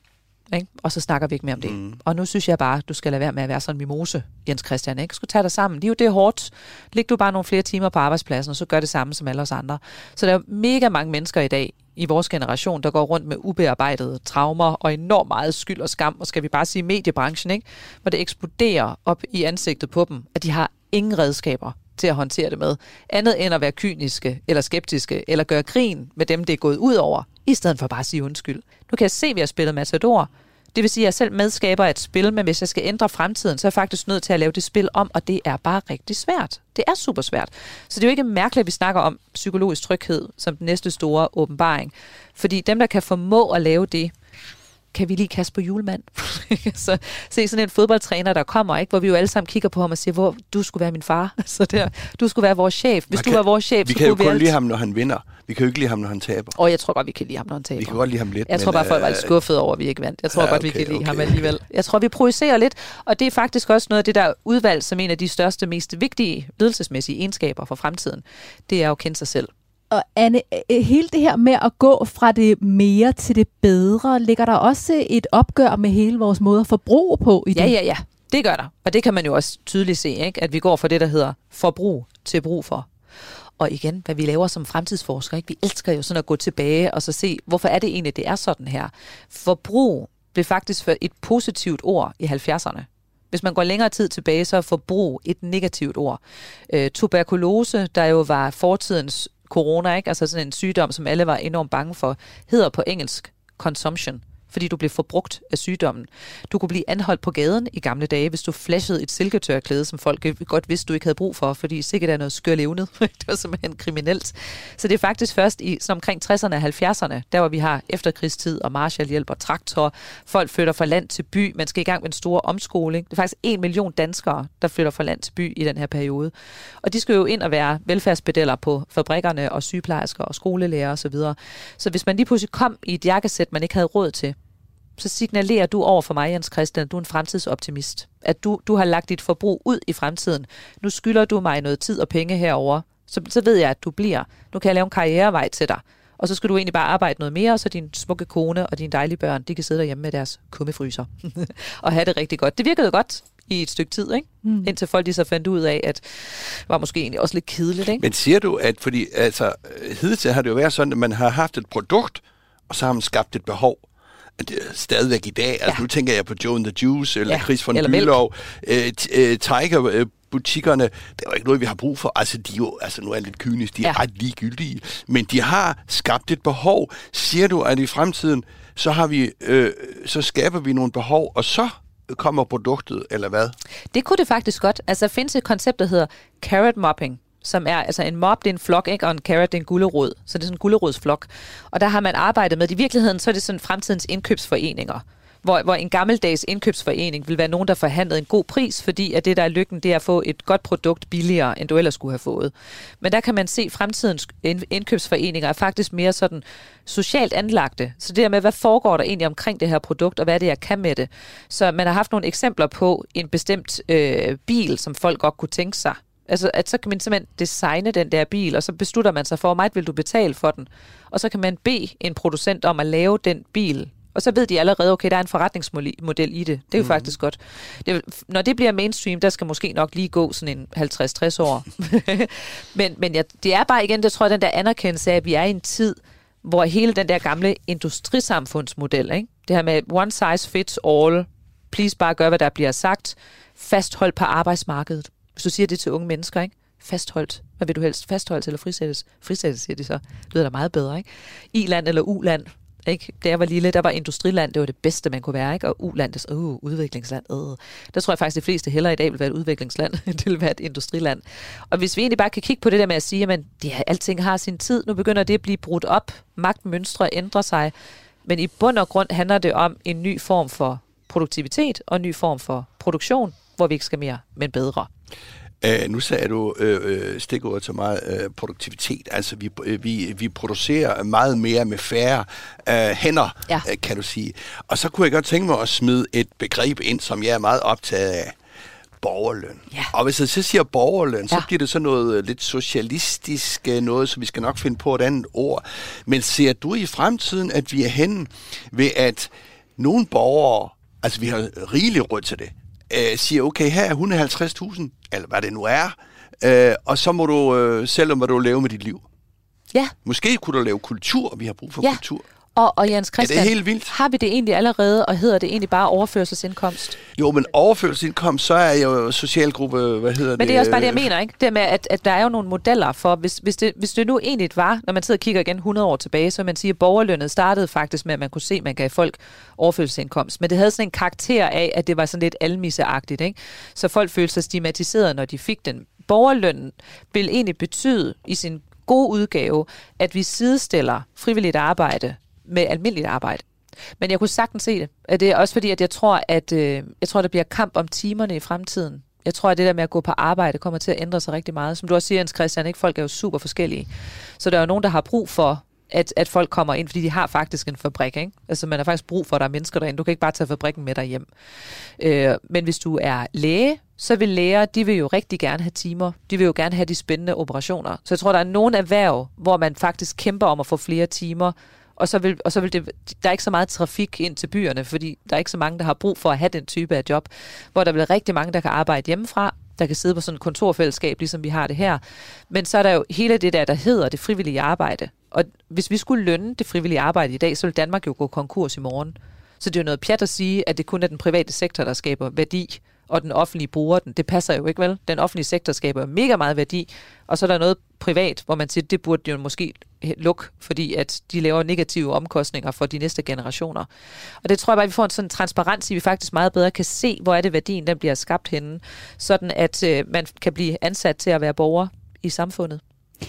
ikke? Og så snakker vi ikke mere om det. Mm. Og nu synes jeg bare, du skal lade være med at være sådan en mimose, Jens Christian, ikke? Du skal tage dig sammen. Liv, det er hårdt. Læg du bare nogle flere timer på arbejdspladsen, og så gør det samme som alle os andre. Så der er mega mange mennesker i dag, i vores generation, der går rundt med ubearbejdede traumer og enormt meget skyld og skam, og skal vi bare sige mediebranchen, ikke? Hvor det eksploderer op i ansigtet på dem, at de har ingen redskaber til at håndtere det med, andet end at være kyniske eller skeptiske, eller gøre grin med dem, det er gået ud over, i stedet for bare at sige undskyld. Nu kan jeg se, at vi har spillet Matador. Det vil sige, at jeg selv medskaber et spil, men hvis jeg skal ændre fremtiden, så er jeg faktisk nødt til at lave det spil om, og det er bare rigtig svært. Det er super svært. Så det er jo ikke mærkeligt, at vi snakker om psykologisk tryghed som den næste store åbenbaring. Fordi dem, der kan formå at lave det, kan vi lige kaste på julemand. Så se sådan en fodboldtræner, der kommer, ikke, hvor vi jo alle sammen kigger på ham og siger, hvor du skulle være min far. Så der, du skulle være vores chef. Hvis kan, du var vores chef, vi så kan jo kunne vi kun alt. lide ham, når han vinder. Vi kan jo ikke lide ham, når han taber. Og jeg tror godt, vi kan lide ham, når han taber. Vi kan godt lide ham lidt. Jeg tror bare, folk var lidt skuffede over, at vi ikke vandt. Jeg tror ja, okay, godt, vi kan lide okay. ham alligevel. Jeg tror, vi projicerer lidt, og det er faktisk også noget af det, der er udvalgt som en af de største, mest vigtige ledelsesmæssige egenskaber for fremtiden. Det er jo at kende sig selv. Og Anne, hele det her med at gå fra det mere til det bedre, ligger der også et opgør med hele vores måde at forbruge på i det? Ja, ja, ja. Det gør der. Og det kan man jo også tydeligt se, ikke? At vi går fra det, der hedder forbrug til brug for. Og igen, hvad vi laver som fremtidsforskere, ikke? Vi elsker jo sådan at gå tilbage og så se, hvorfor er det egentlig, det er sådan her. Forbrug blev faktisk for et positivt ord i halvfjerdserne. Hvis man går længere tid tilbage, så er forbrug et negativt ord. Øh, tuberkulose, der jo var fortidens corona, ikke? Altså sådan en sygdom, som alle var enormt bange for, hedder på engelsk consumption, fordi du blev forbrugt af sygdommen. Du kunne blive anholdt på gaden i gamle dage, hvis du flashede et silketørklæde, som folk godt vidste, du ikke havde brug for, fordi sikkert er noget skørlevnet. Det var simpelthen kriminelt. Så det er faktisk først i sådan omkring tresserne og halvfjerdserne, der hvor vi har efterkrigstid og Marshallhjælp og traktor. Folk flytter fra land til by. Man skal i gang med en stor omskoling. Det er faktisk en million danskere, der flytter fra land til by i den her periode. Og de skal jo ind og være velfærdspedeller på fabrikkerne og sygeplejersker og skolelærer osv. Så, så hvis man lige pludselig kom i et jakkesæt, man ikke havde råd til, så signalerer du over for mig, Jens Christian, at du er en fremtidsoptimist. At du, du har lagt dit forbrug ud i fremtiden. Nu skylder du mig noget tid og penge herover. Så, så ved jeg, at du bliver. Nu kan jeg lave en karrierevej til dig. Og så skal du egentlig bare arbejde noget mere, og så din smukke kone og dine dejlige børn, de kan sidde derhjemme med deres kummefryser og have det rigtig godt. Det virkede godt i et stykke tid, ikke? Mm. Indtil folk de så fandt ud af, at det var måske egentlig også lidt kedeligt, ikke? Men siger du, at fordi altså, hidtil har det jo været sådan, at man har haft et produkt, og så har man skabt et behov. Stadigvæk i dag. Altså, ja. Nu tænker jeg på Joe and the Juice, eller ja. Chris von Bülow, øh, øh, Tiger, butikkerne, det er jo ikke noget, vi har brug for. Altså, de er jo, altså nu er jeg lidt kynisk, de er ja. ret ligegyldige, men de har skabt et behov. Siger du, at i fremtiden, så har vi, øh, så skaber vi nogle behov, og så kommer produktet, eller hvad? Det kunne det faktisk godt. Altså, der findes et koncept, der hedder carrot mopping, som er, altså en mob, det er en flok, ikke? Og en carrot, det er en gulerod. Så det er sådan en gulerodsflok. Og der har man arbejdet med, i virkeligheden, så er det sådan fremtidens indkøbsforeninger, hvor, hvor en gammeldags indkøbsforening vil være nogen, der forhandlede en god pris, fordi at det, der er lykken, det er at få et godt produkt billigere, end du ellers skulle have fået. Men der kan man se, at fremtidens indkøbsforeninger er faktisk mere sådan socialt anlagte. Så det der med, hvad foregår der egentlig omkring det her produkt, og hvad er det, jeg kan med det. Så man har haft nogle eksempler på en bestemt øh, bil, som folk godt kunne tænke sig. Altså, at så kan man simpelthen designe den der bil, og så beslutter man sig for, hvor meget vil du betale for den. Og så kan man bede en producent om at lave den bil. Og så ved de allerede, okay, der er en forretningsmodel i det. Det er jo mm. faktisk godt. Det, når det bliver mainstream, der skal måske nok lige gå sådan en halvtreds til tres år. men men ja, det er bare igen, det tror jeg, den der anerkendelse af, at vi er i en tid, hvor hele den der gamle industrisamfundsmodel, ikke? Det her med one size fits all, please bare gør, hvad der bliver sagt, fasthold på arbejdsmarkedet. Hvis du siger det til unge mennesker, ikke? Fastholdt. Hvad vil du helst? Fastholdt eller frisættes? Frisættes, siger de så. Det lyder da meget bedre, ikke? I-land eller U-land, ikke? Da jeg var lille, der var industriland, det var det bedste, man kunne være, ikke? Og U-land, det uh, udviklingsland. Uh. Der tror jeg faktisk, de fleste hellere i dag vil være et udviklingsland. Det vil være et industriland. Og hvis vi egentlig bare kan kigge på det der med at sige, at de her, alting har sin tid, nu begynder det at blive brudt op, magtmønstre ændrer sig, men i bund og grund handler det om en ny form for produktivitet og en ny form for produktion, hvor vi ikke skal mere, men bedre. Uh, nu sagde du uh, stikordet til meget uh, produktivitet. Altså, vi, uh, vi, vi producerer meget mere med færre uh, hænder, ja. uh, kan du sige. Og så kunne jeg godt tænke mig at smide et begreb ind, som jeg er meget optaget af. Borgerløn. Ja. Og hvis jeg så siger borgerløn, ja. så bliver det så noget lidt socialistisk noget, så vi skal nok finde på et andet ord. Men ser du i fremtiden, at vi er henne ved, at nogle borgere, altså vi har rigeligt råd til det, øh, siger, okay, her er et hundrede og halvtreds tusind, eller hvad det nu er, øh, og så må du, øh, selv om hvad du lave med dit liv. Ja. Måske kunne du lave kultur, vi har brug for ja. kultur. Og, og Jens Christian, er det helt vildt? Har vi det egentlig allerede, og hedder det egentlig bare overførselsindkomst? Jo, men overførselsindkomst, så er jo socialgruppe, hvad hedder det? Men det er også bare det, jeg mener, ikke? Det med, at, at der er jo nogle modeller for, hvis, hvis, det, hvis det nu egentlig var, når man sidder og kigger igen hundrede år tilbage, så man siger, at borgerlønnet startede faktisk med, at man kunne se, at man gav folk overførselsindkomst. Men det havde sådan en karakter af, at det var sådan lidt almisseagtigt, ikke? Så folk følte sig stigmatiseret, når de fik den. Borgerlønnen vil egentlig betyde i sin gode udgave, at vi sidestiller frivilligt arbejde med almindeligt arbejde. Men jeg kunne sagtens se det. Det er også fordi, at jeg tror, at øh, jeg tror, der bliver kamp om timerne i fremtiden. Jeg tror, at det der med at gå på arbejde kommer til at ændre sig rigtig meget. Som du også siger, Jens Christian, ikke? Folk er jo super forskellige. Så der er jo nogen, der har brug for, at, at folk kommer ind, fordi de har faktisk en fabrik. Ikke? Altså man har faktisk brug for, at der er mennesker derinde. Du kan ikke bare tage fabrikken med dig hjem. Øh, men hvis du er læge, så vil læger, de vil jo rigtig gerne have timer. De vil jo gerne have de spændende operationer. Så jeg tror, der er nogle erhverv, hvor man faktisk kæmper om at få flere timer. Og så vil, og så vil det, der er ikke så meget trafik ind til byerne, fordi der er ikke så mange, der har brug for at have den type af job, hvor der bliver rigtig mange, der kan arbejde hjemmefra, der kan sidde på sådan et kontorfællesskab, ligesom vi har det her. Men så er der jo hele det der, der hedder det frivillige arbejde. Og hvis vi skulle lønne det frivillige arbejde i dag, så vil Danmark jo gå konkurs i morgen. Så det er jo noget pjat at sige, at det kun er den private sektor, der skaber værdi, og den offentlige bruger den. Det passer jo ikke, vel? Den offentlige sektor skaber mega meget værdi, og så er der noget privat, hvor man siger, det burde jo måske lukke, fordi at de laver negative omkostninger for de næste generationer. Og det tror jeg bare, at vi får en sådan transparens i, vi faktisk meget bedre kan se, hvor er det værdien, den bliver skabt henne, sådan at øh, man kan blive ansat til at være borger i samfundet.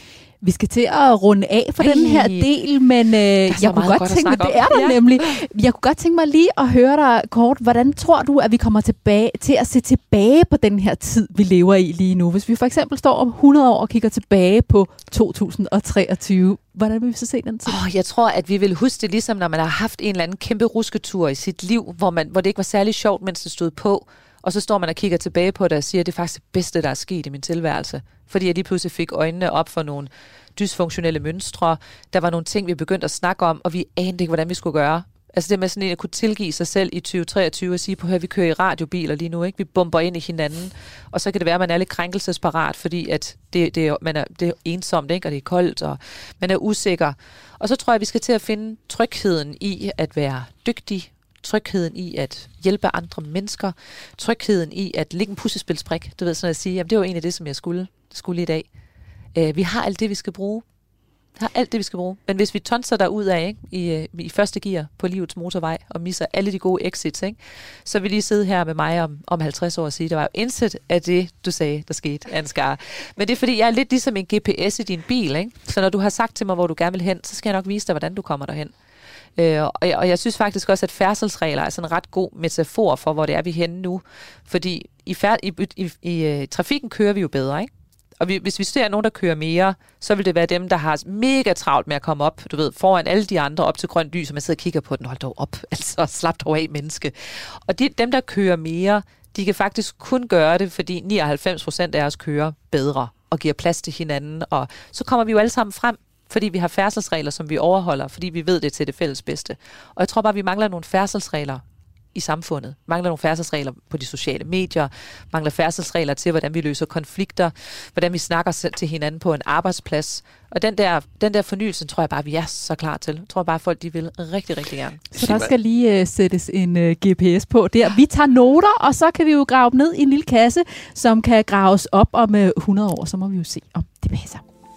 Vi skal til at runde af for Ej, den her del, men øh, jeg kunne godt, godt tænke mig, det er der ja. nemlig. Jeg kunne godt tænke mig lige at høre dig kort, hvordan tror du, at vi kommer tilbage til at se tilbage på den her tid, vi lever i lige nu? Hvis vi for eksempel står om hundrede år og kigger tilbage på to tusind treogtyve, hvordan vil vi så se den tid? Oh, jeg tror, at vi vil huske det ligesom, når man har haft en eller anden kæmpe rusketur i sit liv, hvor, man, hvor det ikke var særlig sjovt, mens det stod på. Og så står man og kigger tilbage på det og siger, at det er faktisk det bedste, der er sket i min tilværelse. Fordi jeg lige pludselig fik øjnene op for nogle dysfunktionelle mønstre. Der var nogle ting, vi begyndte at snakke om, og vi anede ikke, hvordan vi skulle gøre. Altså det med sådan en, at kunne tilgive sig selv i tyve treogtyve og sige, på at vi kører i radiobiler lige nu, ikke? Vi bomber ind i hinanden. Og så kan det være, at man er lidt krænkelsesparat, fordi at det, det, er, man er, det er ensomt, ikke? Og det er koldt, og man er usikker. Og så tror jeg, at vi skal til at finde trygheden i at være dygtig, trygheden i at hjælpe andre mennesker, trygheden i at lægge en puslespilsbrik, du ved sådan at sige, jamen det var egentlig det, som jeg skulle, skulle i dag. Uh, vi har alt det, vi skal bruge. Vi har alt det, vi skal bruge. Men hvis vi tonser der ud af, ikke, i, i første gear på livets motorvej, og misser alle de gode exits, ikke, så vil lige sidde her med mig om, om halvtreds år og sige, der var jo indsat af det, du sagde, der skete, Ansgar. Men det er fordi, jeg er lidt ligesom en G P S i din bil, ikke? Så når du har sagt til mig, hvor du gerne vil hen, så skal jeg nok vise dig, hvordan du kommer derhen. Øh, og, jeg, og jeg synes faktisk også, at færdselsregler er sådan en ret god metafor for, hvor det er, vi er henne nu. Fordi i, fær- i, i, i, i trafikken kører vi jo bedre, ikke? Og vi, hvis vi ser nogen, der kører mere, så vil det være dem, der har mega travlt med at komme op, du ved, foran alle de andre op til grønt lys, og man sidder og kigger på den, hold dog op, altså slap dog af, menneske. Og de, dem, der kører mere, de kan faktisk kun gøre det, fordi nioghalvfems procent af os kører bedre og giver plads til hinanden, og så kommer vi jo alle sammen frem, fordi vi har færdselsregler, som vi overholder, fordi vi ved det til det fælles bedste. Og jeg tror bare, vi mangler nogle færdselsregler i samfundet. Mangler nogle færdselsregler på de sociale medier, mangler færdselsregler til, hvordan vi løser konflikter, hvordan vi snakker til hinanden på en arbejdsplads. Og den der, den der fornyelse, tror jeg bare, vi er så klar til. Jeg tror bare, folk de vil rigtig, rigtig gerne. Så der skal lige uh, sættes en uh, G P S på der. Vi tager noter, og så kan vi jo grave dem ned i en lille kasse, som kan graves op om uh, hundrede år. Så må vi jo se, om det passer.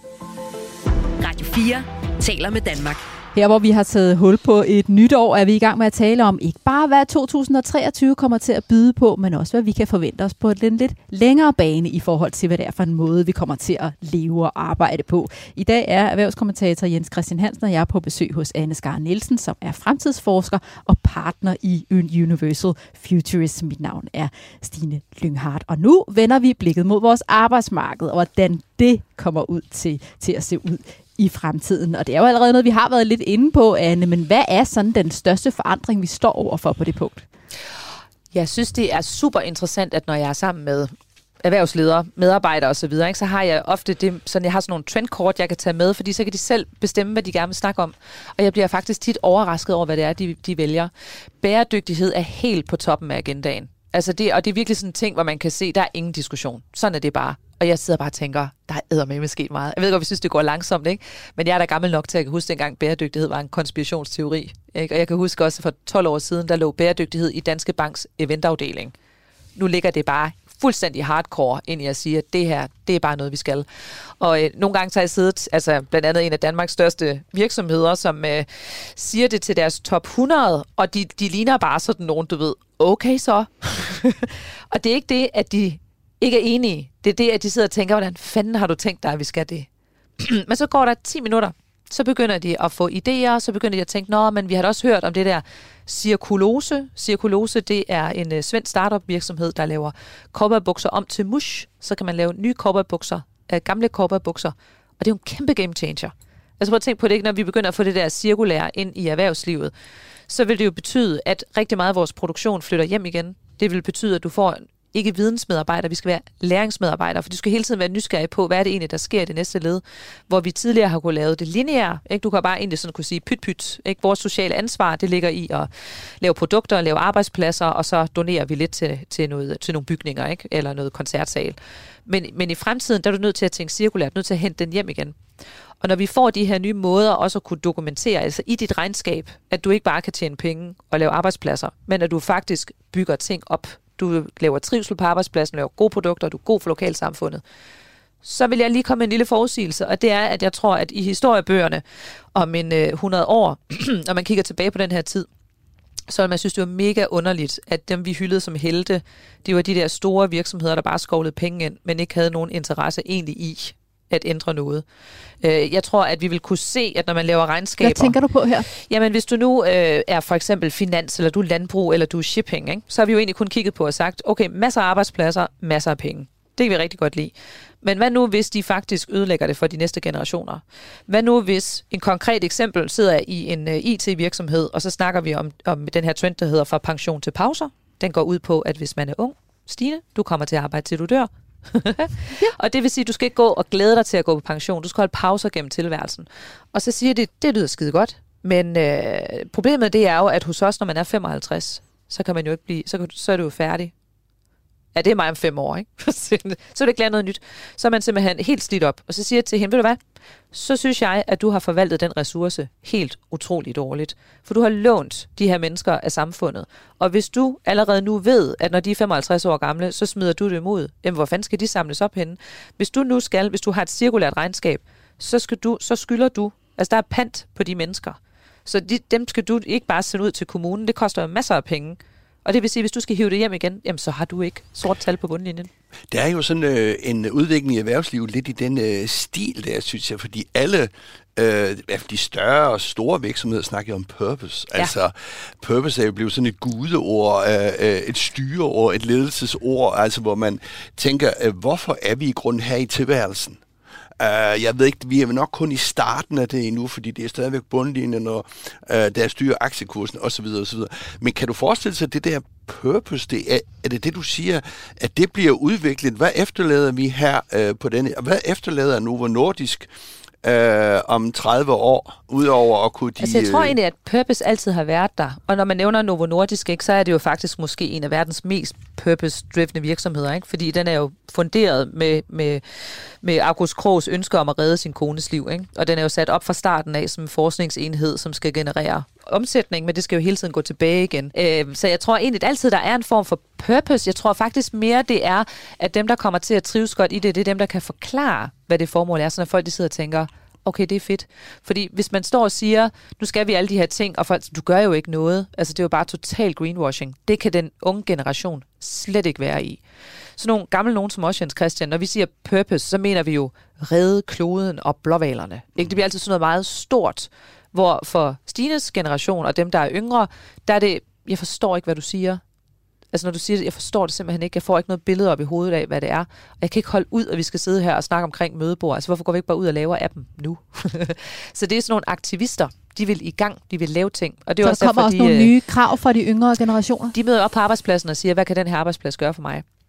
Radio fire taler med Danmark. Her hvor vi har taget hul på et nyt år, er vi i gang med at tale om ikke bare hvad to tusind treogtyve kommer til at byde på, men også hvad vi kan forvente os på en lidt længere bane i forhold til, hvad det er for en måde, vi kommer til at leve og arbejde på. I dag er erhvervskommentator Jens Christian Hansen og jeg er på besøg hos Anne Skar Nielsen, som er fremtidsforsker og partner i Universal Futurists. Mit navn er Stine Lynghardt. Og nu vender vi blikket mod vores arbejdsmarked, og hvordan det kommer ud til, til at se ud i fremtiden. Og det er jo allerede noget, vi har været lidt inde på, Anne, men hvad er sådan den største forandring, vi står overfor på det punkt? Jeg synes, det er super interessant, at når jeg er sammen med erhvervsledere, medarbejdere osv., så, så har jeg ofte det, sådan, jeg har sådan nogle trendkort, jeg kan tage med, fordi så kan de selv bestemme, hvad de gerne vil snakke om. Og jeg bliver faktisk tit overrasket over, hvad det er, de, de vælger. Bæredygtighed er helt på toppen af agendaen. Altså det, og det er virkelig sådan en ting, hvor man kan se, der er ingen diskussion. Sådan er det bare. Og jeg sidder bare og tænker, der er eddermame sket meget. Jeg ved godt, vi synes, det går langsomt, ikke? Men jeg er da gammel nok til at jeg kan huske, dengang bæredygtighed var en konspirationsteori. Ikke? Og jeg kan huske også, for tolv år siden, der lå bæredygtighed i Danske Banks eventafdeling. Nu ligger det bare fuldstændig hardcore ind i at sige, at det her, det er bare noget, vi skal. Og øh, nogle gange så har jeg siddet, altså blandt andet en af Danmarks største virksomheder, som øh, siger det til deres top hundrede, og de, de ligner bare sådan nogen, du ved, okay så. Og det er ikke det, at de ikke er enige. Det er det, at de sidder og tænker, hvordan fanden har du tænkt dig, at vi skal det? Men så går der ti minutter, så begynder de at få idéer, så begynder de at tænke, nå, men vi har da også hørt om det der cirkulose. Cirkulose, det er en uh, svensk startup virksomhed, der laver cowboybukser om til mush. Så kan man lave nye cowboybukser, uh, gamle cowboybukser, og det er jo en kæmpe game changer. Altså prøv at tænke på det, ikke? Når vi begynder at få det der cirkulære ind i erhvervslivet, så vil det jo betyde, at rigtig meget af vores produktion flytter hjem igen. Det vil betyde, at du får ikke vidensmedarbejdere, vi skal være læringsmedarbejdere, for du skal hele tiden være nysgerrig på, hvad er det egentlig, der sker i det næste led, hvor vi tidligere har kunnet lave det lineære. Ikke? Du kan bare egentlig sådan kunne sige pyt pyt. Ikke? Vores sociale ansvar, det ligger i at lave produkter, lave arbejdspladser, og så donerer vi lidt til, til, noget, til nogle bygninger, ikke? Eller noget koncertsal. Men, men i fremtiden, der er du nødt til at tænke cirkulært, nødt til at hente den hjem igen. Og når vi får de her nye måder også at kunne dokumentere, altså i dit regnskab, at du ikke bare kan tjene penge og lave arbejdspladser, men at du faktisk bygger ting op. Du laver trivsel på arbejdspladsen, laver gode produkter, du er god for lokalsamfundet. Så vil jeg lige komme med en lille forudsigelse, og det er, at jeg tror, at i historiebøgerne om en øh, hundrede år, når man kigger tilbage på den her tid, så vil man synes, det var mega underligt, at dem vi hyldede som helte, det var de der store virksomheder, der bare skovlede penge ind, men ikke havde nogen interesse egentlig i at ændre noget. Jeg tror, at vi vil kunne se, at når man laver regnskaber... Hvad tænker du på her? Jamen, hvis du nu øh, er for eksempel finans, eller du er landbrug, eller du er shipping, ikke? Så har vi jo egentlig kun kigget på og sagt, okay, masser af arbejdspladser, masser af penge. Det kan vi rigtig godt lide. Men hvad nu, hvis de faktisk ødelægger det for de næste generationer? Hvad nu, hvis en konkret eksempel sidder i en uh, I T-virksomhed, og så snakker vi om, om den her trend, der hedder fra pension til pauser. Den går ud på, at hvis man er ung, Stine, du kommer til at arbejde til du dør. Ja. Og det vil sige, at du skal ikke gå og glæde dig til at gå på pension. Du skal holde pauser gennem tilværelsen. Og så siger det, det lyder skide godt. Men øh, problemet det er jo, at hos os, når man er femoghalvtreds, så kan man jo ikke blive, så, så er du jo færdig. Ja, det er mig om fem år, ikke? Så vil det ikke lære noget nyt. Så er man simpelthen helt slidt op. Og så siger jeg til hende, ved du hvad? Så synes jeg, at du har forvaltet den ressource helt utroligt dårligt. For du har lånt de her mennesker af samfundet. Og hvis du allerede nu ved, at når de er femoghalvtreds år gamle, så smider du det imod. Jamen, hvor fanden skal de samles op henne? Hvis du nu skal, hvis du har et cirkulært regnskab, så, skal du, så skylder du, altså der er pant på de mennesker. Så de, dem skal du ikke bare sende ud til kommunen. Det koster jo masser af penge. Og det vil sige, at hvis du skal hive det hjem igen, jamen så har du ikke sort tal på bundlinjen. Der er jo sådan øh, en udvikling i erhvervslivet lidt i den øh, stil der, synes jeg, fordi alle øh, de større og store virksomheder snakker om purpose. Ja. Altså, purpose er jo blevet sådan et gudeord, øh, et styreord, et ledelsesord, altså hvor man tænker, øh, hvorfor er vi i grunden her i tilværelsen? Uh, jeg ved ikke, vi er nok kun i starten af det endnu, fordi det er stadigvæk bundlinjen, og uh, der styrer aktiekursen osv. osv. Men kan du forestille sig, at det der purpose, det er, er det det, du siger, at det bliver udviklet? Hvad efterlader vi her uh, på denne? Hvad efterlader Novo Nordisk uh, om tredive år, udover at kunne de... Altså jeg tror egentlig, at purpose altid har været der. Og når man nævner Novo Nordisk, ikke, så er det jo faktisk måske en af verdens mest purpose-drivne virksomheder, ikke? Fordi den er jo funderet med, med, med August Krogs ønsker om at redde sin kones liv, ikke? Og den er jo sat op fra starten af som en forskningsenhed, som skal generere omsætning, men det skal jo hele tiden gå tilbage igen. Øh, så jeg tror egentlig, at altid der er en form for purpose. Jeg tror faktisk mere, det er, at dem, der kommer til at trives godt i det, det er dem, der kan forklare, hvad det formål er, så når folk de sidder og tænker, okay, det er fedt. Fordi hvis man står og siger, nu skal vi alle de her ting, og folk, du gør jo ikke noget. Altså, det er jo bare total greenwashing. Det kan den unge generation slet ikke være i. Så nogle gamle nogen som os, Jens Christian, når vi siger purpose, så mener vi jo redde kloden og blåvalerne. Ikke? Det bliver altid sådan noget meget stort, hvor for Stines generation og dem, der er yngre, der er det, jeg forstår ikke, hvad du siger. Altså når du siger det, jeg forstår det simpelthen ikke. Jeg får ikke noget billede op i hovedet af, hvad det er. Og jeg kan ikke holde ud, at vi skal sidde her og snakke omkring mødebord. Altså hvorfor går vi ikke bare ud og laver appen nu? Så det er sådan nogle aktivister. De vil i gang, de vil lave ting. Og det er så også der kommer derfor, også de, nogle nye krav fra de yngre generationer? De møder op på arbejdspladsen og siger, hvad kan den her arbejdsplads gøre for mig?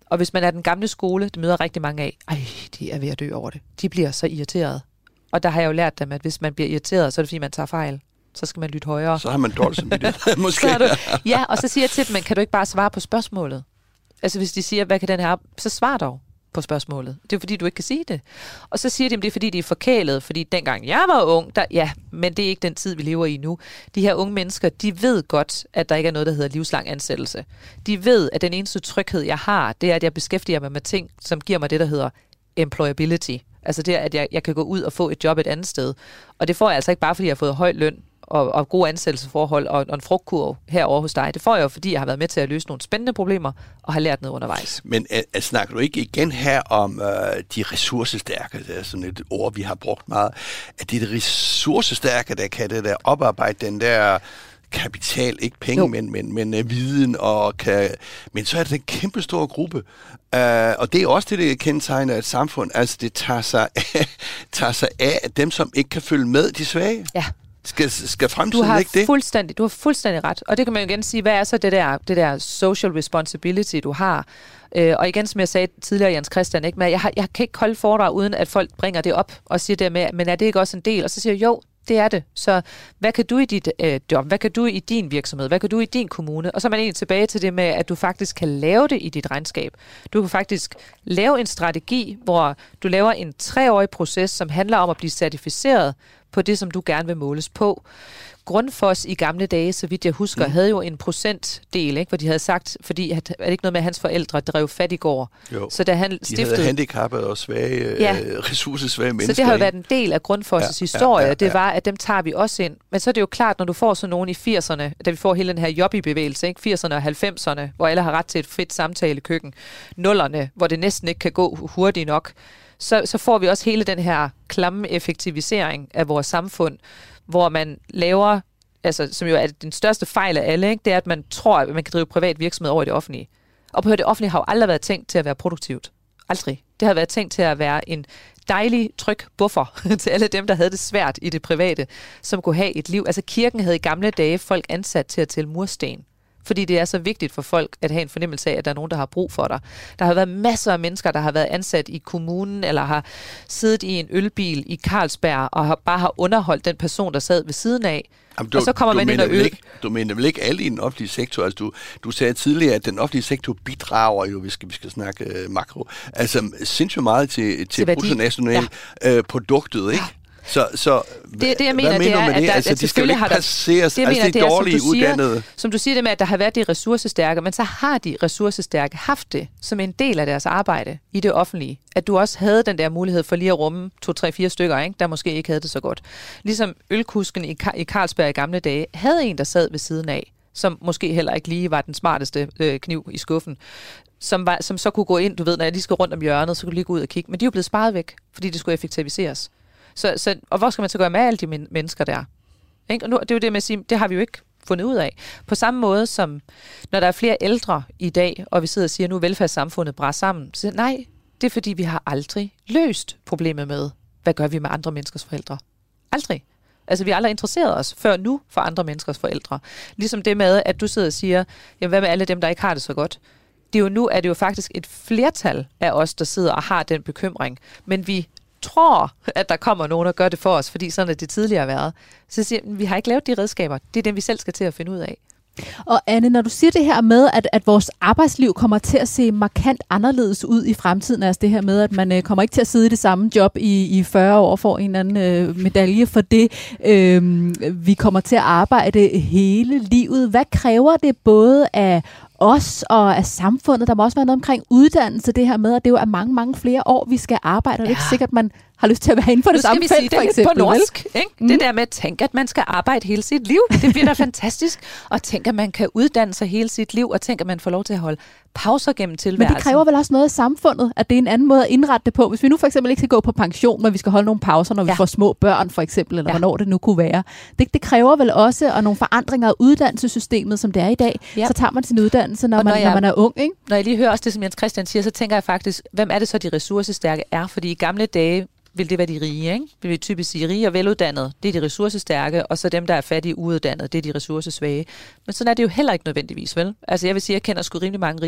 Og hvis man er den gamle skole, det møder rigtig mange af, ej, de er ved at dø over det. De bliver så irriterede. Og der har jeg jo lært dem, at hvis man bliver irriteret, så er det fordi, man tager fejl. Så skal man lytte højere. Så har man dårligt som det, måske. Du, ja, og så siger jeg til dem, men kan du ikke bare svare på spørgsmålet? Altså hvis de siger, hvad kan den her, så svar dog på spørgsmålet. Det er fordi, du ikke kan sige det. Og så siger de, at det er fordi, de er forkælet, fordi dengang jeg var ung, der, ja, men det er ikke den tid, vi lever i nu. De her unge mennesker, de ved godt, at der ikke er noget, der hedder livslang ansættelse. De ved, at den eneste tryghed, jeg har, det er, at jeg beskæftiger mig med ting, som giver mig det, der hedder employability. Altså det er, at jeg, jeg kan gå ud og få et job et andet sted. Og det får jeg altså ikke bare, fordi jeg har fået høj løn og, og gode ansættelsesforhold og, og en frugtkurve herovre hos dig. Det får jeg jo, fordi jeg har været med til at løse nogle spændende problemer og har lært noget undervejs. Men uh, snakker du ikke igen her om uh, de ressourcestærke? Det er sådan et ord, vi har brugt meget. At det er de ressourcestærke, der kan det der oparbejde den der kapital, ikke penge, men, men, men uh, viden, og kan, men så er det en kæmpe stor gruppe. Uh, og det er også det, der kendetegner et samfund. Altså, det tager sig af, tager sig af dem, som ikke kan følge med, de svage. Ja. Skal, skal fremtiden du har ikke det? Fuldstændig, du har fuldstændig ret. Og det kan man jo igen sige, hvad er så det der, det der social responsibility, du har? Øh, og igen, som jeg sagde tidligere, Jens Christian, ikke? Men jeg, har, jeg kan ikke holde foredrag, uden at folk bringer det op og siger det med, men er det ikke også en del? Og så siger jeg, jo, det er det. Så hvad kan du i dit øh, job? Hvad kan du i din virksomhed? Hvad kan du i din kommune? Og så er man egentlig tilbage til det med, at du faktisk kan lave det i dit regnskab. Du kan faktisk lave en strategi, hvor du laver en treårig proces, som handler om at blive certificeret på det, som du gerne vil måles på. Grundfos i gamle dage, så vidt jeg husker, mm. havde jo en procentdel, ikke, hvor de havde sagt, fordi at, er det ikke noget med, at hans forældre drev fattigård. Jo. Så da han de stiftede, havde handicappede og svage, ja. øh, ressourcesvage mennesker. Så det har jo været en del af Grundfos' ja, historie. Ja, ja, ja. Det var, at dem tager vi også ind. Men så er det jo klart, når du får sådan nogen i firserne, da vi får hele den her jobbbevægelse, ikke? firserne og halvfemserne, hvor alle har ret til et fedt samtalekøkken. Nullerne, hvor det næsten ikke kan gå hurtigt nok. Så, så får vi også hele den her klamme effektivisering af vores samfund, hvor man laver, altså, som jo er den største fejl af alle, ikke? Det er, at man tror, at man kan drive privat virksomhed over i det offentlige. Og på det offentlige har jo aldrig været tænkt til at være produktivt. Aldrig. Det har været tænkt til at være en dejlig, tryg buffer til alle dem, der havde det svært i det private, som kunne have et liv. Altså kirken havde i gamle dage folk ansat til at tælle mursten. Fordi det er så vigtigt for folk at have en fornemmelse af, at der er nogen, der har brug for dig. Der har været masser af mennesker, der har været ansat i kommunen, eller har siddet i en ølbil i Carlsberg, og har, bare har underholdt den person, der sad ved siden af. Jamen, du, og så kommer man ind og øl. Ikke, du mener vel ikke alle i den offentlige sektor? Altså, du, du sagde tidligere, at den offentlige sektor bidrager jo, vi skal, vi skal snakke uh, makro, altså sindssygt meget til, til, til bruttonationale ja. uh, produktet, ikke? Ja. Så, så det, det jeg mener, det er, at der, altså, at de skal ikke placeres, det, altså mener, de dårlige uddannede. Som du siger det med, at der har været de ressourcestærke, men så har de ressourcestærke haft det som en del af deres arbejde i det offentlige. At du også havde den der mulighed for lige at rumme to, tre, fire stykker, ikke? Der måske ikke havde det så godt. Ligesom ølkusken i, i Carlsberg i gamle dage havde en, der sad ved siden af, som måske heller ikke lige var den smarteste øh, kniv i skuffen, som, var, som så kunne gå ind, du ved, når jeg lige skal rundt om hjørnet, så kunne du lige gå ud og kigge. Men de er jo blevet sparet væk, fordi det skulle effektiviseres. Så, så, og hvor skal man så gøre med alle de men- mennesker der? Ikke? Og nu, det er jo det med at sige, det har vi jo ikke fundet ud af. På samme måde som, når der er flere ældre i dag, og vi sidder og siger, nu er velfærdssamfundet brænder sammen, så nej, det er fordi, vi har aldrig løst problemet med, hvad gør vi med andre menneskers forældre? Aldrig. Altså, vi har aldrig interesseret os før nu for andre menneskers forældre. Ligesom det med, at du sidder og siger, jamen, hvad med alle dem, der ikke har det så godt? Det er jo nu, er det jo faktisk et flertal af os, der sidder og har den bekymring. Men vi tror, at der kommer nogen og gør det for os, fordi sådan er det tidligere været. Så siger jeg, vi har ikke lavet de redskaber. Det er dem, vi selv skal til at finde ud af. Og Anne, når du siger det her med, at, at vores arbejdsliv kommer til at se markant anderledes ud i fremtiden, altså det her med, at man øh, kommer ikke til at sidde i det samme job i, i fyrre år for en eller anden øh, medalje for det. Øh, vi kommer til at arbejde hele livet. Hvad kræver det både af os og af samfundet? Der må også være noget omkring uddannelse, det her med, at det jo er mange, mange flere år, vi skal arbejde, og det er ikke sikkert, man har lyst til at være inden for det samme felt, for eksempel. På norsk, ikke? Mm. Det der med at tænke, at man skal arbejde hele sit liv, det bliver da fantastisk. Og tænke, at man kan uddanne sig hele sit liv, og tænke, at man får lov til at holde pauser gennem tilværelsen. Men det kræver vel også noget af samfundet, at det er en anden måde at indrette det på. Hvis vi nu for eksempel ikke skal gå på pension, men vi skal holde nogle pauser, når vi ja. får små børn for eksempel, eller ja. hvornår det nu kunne være. Det, det kræver vel også og nogle forandringer af uddannelsessystemet, som det er i dag. Ja. Så tager man sin uddannelse, når, man, når, jeg, når man er ung, ikke? Når jeg lige hører også det, som Jens Christian siger, så tænker jeg faktisk, hvem er det så, de ressourcestærke er? Fordi i gamle dage vil det være de rige, ikke? Det vil typisk sige rige og veluddannede, det er de ressourcestærke, og så dem, der er fattige uuddannede, det er de ressourcesvage. Men sådan er det jo heller ikke nødvendigvis, vel? Altså jeg vil sige, at jeg kender sgu rimelig mange rige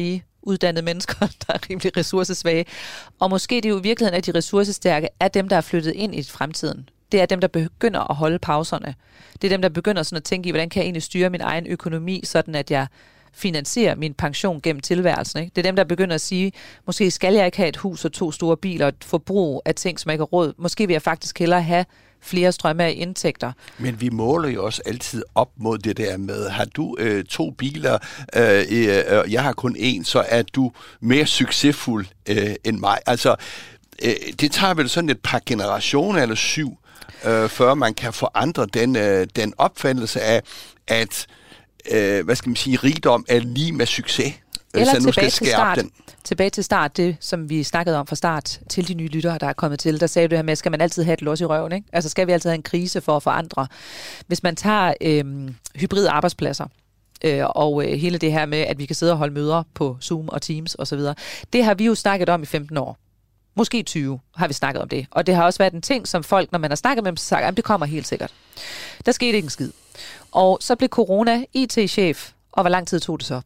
uddannede mennesker, der er rimelig ressourcesvage. Og måske det er jo i virkeligheden, at de ressourcestærke er dem, der er flyttet ind i fremtiden. Det er dem, der begynder at holde pauserne. Det er dem, der begynder sådan at tænke i, hvordan kan jeg egentlig styre min egen økonomi, sådan at jeg finansierer min pension gennem tilværelsen. Ikke? Det er dem, der begynder at sige, måske skal jeg ikke have et hus og to store biler og et forbrug af ting, som jeg ikke har råd. Måske vil jeg faktisk hellere have flere strømme af indtægter. Men vi måler jo også altid op mod det der med, har du øh, to biler, øh, øh, jeg har kun én, så er du mere succesfuld øh, end mig. Altså, øh, det tager vel sådan et par generationer eller syv, øh, før man kan forandre den, øh, den opfattelse af, at øh, hvad skal man sige, rigdom er lige med succes. Eller så nu tilbage, skal til start, den. tilbage til start, det som vi snakkede om fra start, til de nye lyttere, der er kommet til, der sagde du det her med, skal man altid have et los i røven, ikke? Altså skal vi altid have en krise for at forandre? Hvis man tager øh, hybride arbejdspladser, øh, og øh, hele det her med, at vi kan sidde og holde møder på Zoom og Teams osv., det har vi jo snakket om i femten år. Måske tyve har vi snakket om det. Og det har også været en ting, som folk, når man har snakket med dem, så sagt, at det kommer helt sikkert. Der skete ikke en skid. Og så blev corona I T-chef, og hvor lang tid tog det så?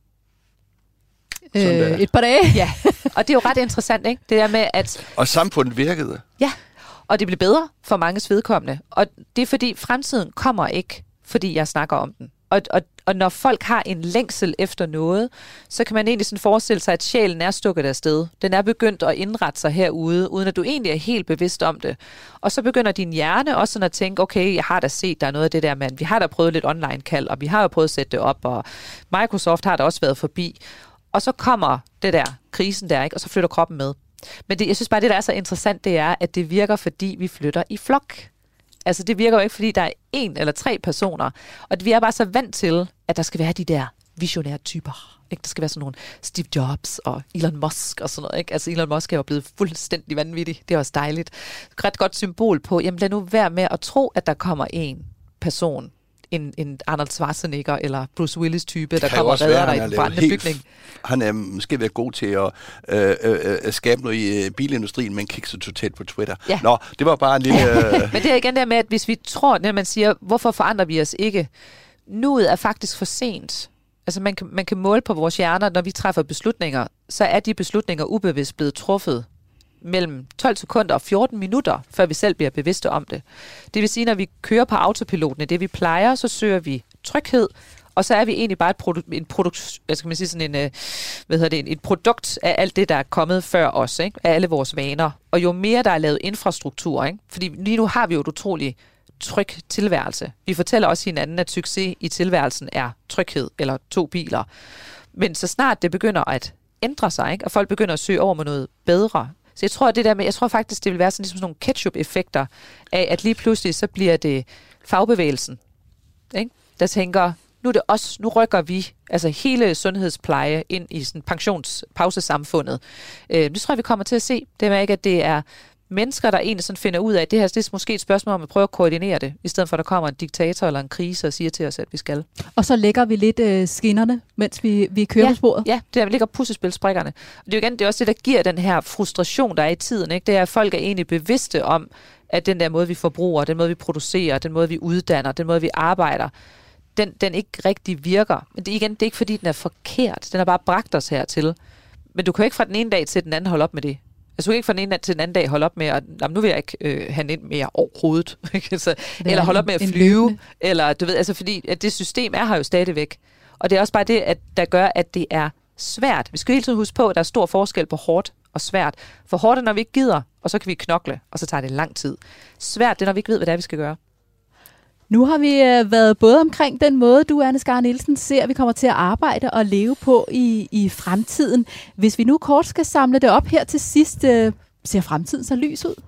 Øh, et par dage. Ja, og det er jo ret interessant, ikke? Det der med, at... Og samfundet virkede. Ja, og det blev bedre for manges vedkommende. Og det er fordi, fremtiden kommer ikke, fordi jeg snakker om den. Og, og, og når folk har en længsel efter noget, så kan man egentlig sådan forestille sig, at sjælen er stukket afsted. Den er begyndt at indrette sig herude, uden at du egentlig er helt bevidst om det. Og så begynder din hjerne også sådan at tænke, okay, jeg har da set, der er noget af det der, men vi har da prøvet lidt online-kald, og vi har jo prøvet at sætte det op, og Microsoft har da også været forbi. Og så kommer det der, krisen der, ikke? Og så flytter kroppen med. Men det, jeg synes bare, det der er så interessant, det er, at det virker, fordi vi flytter i flok. Altså det virker jo ikke, fordi der er en eller tre personer. Og vi er bare så vant til, at der skal være de der visionære typer. Ikke? Der skal være sådan nogle Steve Jobs og Elon Musk og sådan noget. Ikke? Altså Elon Musk er jo blevet fuldstændig vanvittig. Det er også dejligt. Et ret godt symbol på, jamen lad nu være med at tro, at der kommer en person, En, en Arnold Schwarzenegger eller Bruce Willis type, der kommer og redder dig i en brændende bygning. Han er måske været god til at øh, øh, øh, skabe noget i øh, bilindustrien, men kigge så totalt på Twitter. Ja. Nå, det var bare en lille... Øh... Men det er igen der med, at hvis vi tror, når man siger, hvorfor forandrer vi os ikke? Nuet er faktisk for sent. Altså man kan, man kan måle på vores hjerner, når vi træffer beslutninger, så er de beslutninger ubevidst blevet truffet mellem tolv sekunder og fjorten minutter, før vi selv bliver bevidste om det. Det vil sige, når vi kører på autopiloten, det vi plejer, så søger vi tryghed, og så er vi egentlig bare et, produ- en produkt, hvad skal man sige, sådan en, hvad hedder det, et produkt af alt det, der er kommet før os, ikke? Af alle vores vaner. Og jo mere der er lavet infrastruktur, ikke? Fordi lige nu har vi jo et utroligt tryg tilværelse. Vi fortæller også hinanden, at succes i tilværelsen er tryghed eller to biler. Men så snart det begynder at ændre sig, ikke? Og folk begynder at søge over med noget bedre. Så jeg tror, at det der med, jeg tror faktisk, det vil være sådan, ligesom sådan nogle ketchup-effekter af, at lige pludselig så bliver det fagbevægelsen, ikke? Der tænker, nu er det os, nu rykker vi altså hele sundhedspleje ind i sådan pensionspausesamfundet. Øh, det tror jeg, vi kommer til at se. Det er ikke, at det er mennesker, der egentlig sådan finder ud af, at det her det er måske et spørgsmål om at prøve at koordinere det, i stedet for at der kommer en diktator eller en krise og siger til os, at vi skal. Og så lægger vi lidt øh, skinnerne, mens vi, vi kører ja, på sporet. Ja, det er, vi ligger puslespilsbrikkerne. Og det er jo igen, det er også det, der giver den her frustration, der er i tiden. Ikke? Det er, at folk er egentlig bevidste om, at den der måde, vi forbruger, den måde, vi producerer, den måde, vi uddanner, den måde, vi arbejder, den, den ikke rigtig virker. Men det, igen, det er ikke, fordi den er forkert. Den har bare bragt os hertil. Men du kan jo ikke fra den ene dag til den anden holde op med det. Altså du kan ikke fra den ene dag til den anden dag holde op med, at jamen, nu vil jeg ikke øh, have ind mere overhovedet. så, eller holde op med at flyve. Eller, du ved, altså, fordi at det system er her jo stadigvæk. Og det er også bare det, at, der gør, at det er svært. Vi skal hele tiden huske på, at der er stor forskel på hårdt og svært. For hårdt er, når vi ikke gider, og så kan vi knokle, og så tager det lang tid. Svært, det er, når vi ikke ved, hvad det er, vi skal gøre. Nu har vi øh, været både omkring den måde, du, Anne Skare Nielsen, ser, at vi kommer til at arbejde og leve på i, i fremtiden. Hvis vi nu kort skal samle det op her til sidst, øh, ser fremtiden så lys ud?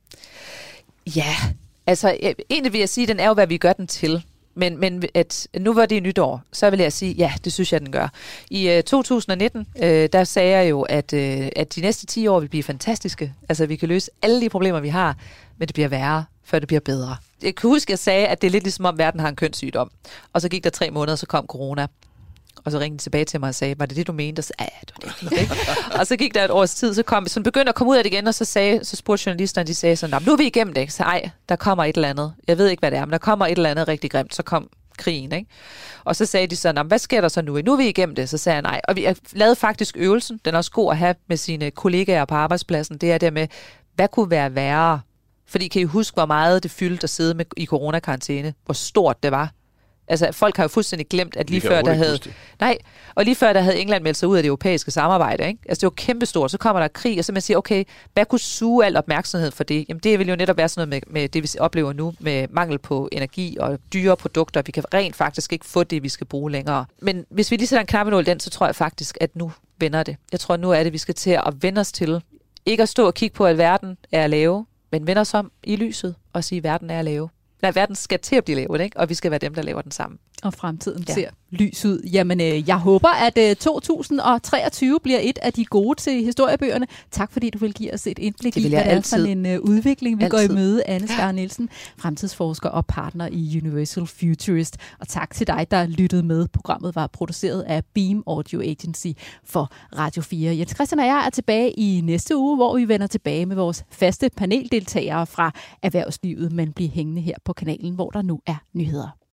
Ja, altså egentlig vil jeg sige, at den er jo, hvad vi gør den til. Men, men at nu var det nytår, så vil jeg sige, ja, det synes jeg, den gør. I uh, to tusind nitten, uh, der sagde jeg jo, at, uh, at de næste ti år vil blive fantastiske. Altså, vi kan løse alle de problemer, vi har, men det bliver værre, før det bliver bedre. Jeg kan huske, at jeg sagde, at det er lidt ligesom om, verden har en kønssygdom. Og så gik der tre måneder, så kom corona. Og så ringede de tilbage til mig og sagde, var det det, du mente? Og så, ja, det var det. Og så gik der et års tid, så kom vi, så begyndte at komme ud af det igen, og så, sagde, så spurgte journalisterne, de sagde sådan, nu er vi igennem det. Så ej, der kommer et eller andet. Jeg ved ikke, hvad det er, men der kommer et eller andet rigtig grimt. Så kom krigen, ikke? Og så sagde de sådan, hvad sker der så nu? Nu er vi igennem det. Så sagde jeg nej. Og vi lavede faktisk øvelsen, den er også god at have med sine kollegaer på arbejdspladsen, det er der med, hvad kunne være værre? Fordi kan I huske, hvor meget det fyldte at sidde med, i coronakarantæne? Hvor stort det var? Altså, folk har jo fuldstændig glemt, at lige før der havde... Nej, og lige før der havde England meldt sig ud af det europæiske samarbejde, ikke? Altså, det var kæmpestort. Så kommer der krig, og så man siger, okay, hvad kunne suge al opmærksomhed for det? Jamen, det vil jo netop være sådan noget med, med det, vi oplever nu, med mangel på energi og dyre produkter. Vi kan rent faktisk ikke få det, vi skal bruge længere. Men hvis vi lige sætter en knappenål i den, så tror jeg faktisk, at nu vender det. Jeg tror, nu er det, vi skal til at vende os til. Ikke at stå og kigge på, at verden er lave, men vende os om i lyset og sige, at verden er lave. Nej, verden skal til at blive lavet, ikke? Og vi skal være dem, der laver den sammen. Og fremtiden ja. ser lys ud. Jamen, øh, jeg håber, at øh, to tusind treogtyve bliver et af de gode til historiebøgerne. Tak, fordi du vil give os et indblik i, hvad det er sådan en øh, udvikling, vi altid. går i møde. Anne Skare Nielsen, fremtidsforsker og partner i Universal Futurist. Og tak til dig, der lyttede med. Programmet var produceret af Beam Audio Agency for Radio fire. Jens Christian og jeg er tilbage i næste uge, hvor vi vender tilbage med vores faste paneldeltagere fra erhvervslivet, men bliver hængende her på kanalen, hvor der nu er nyheder.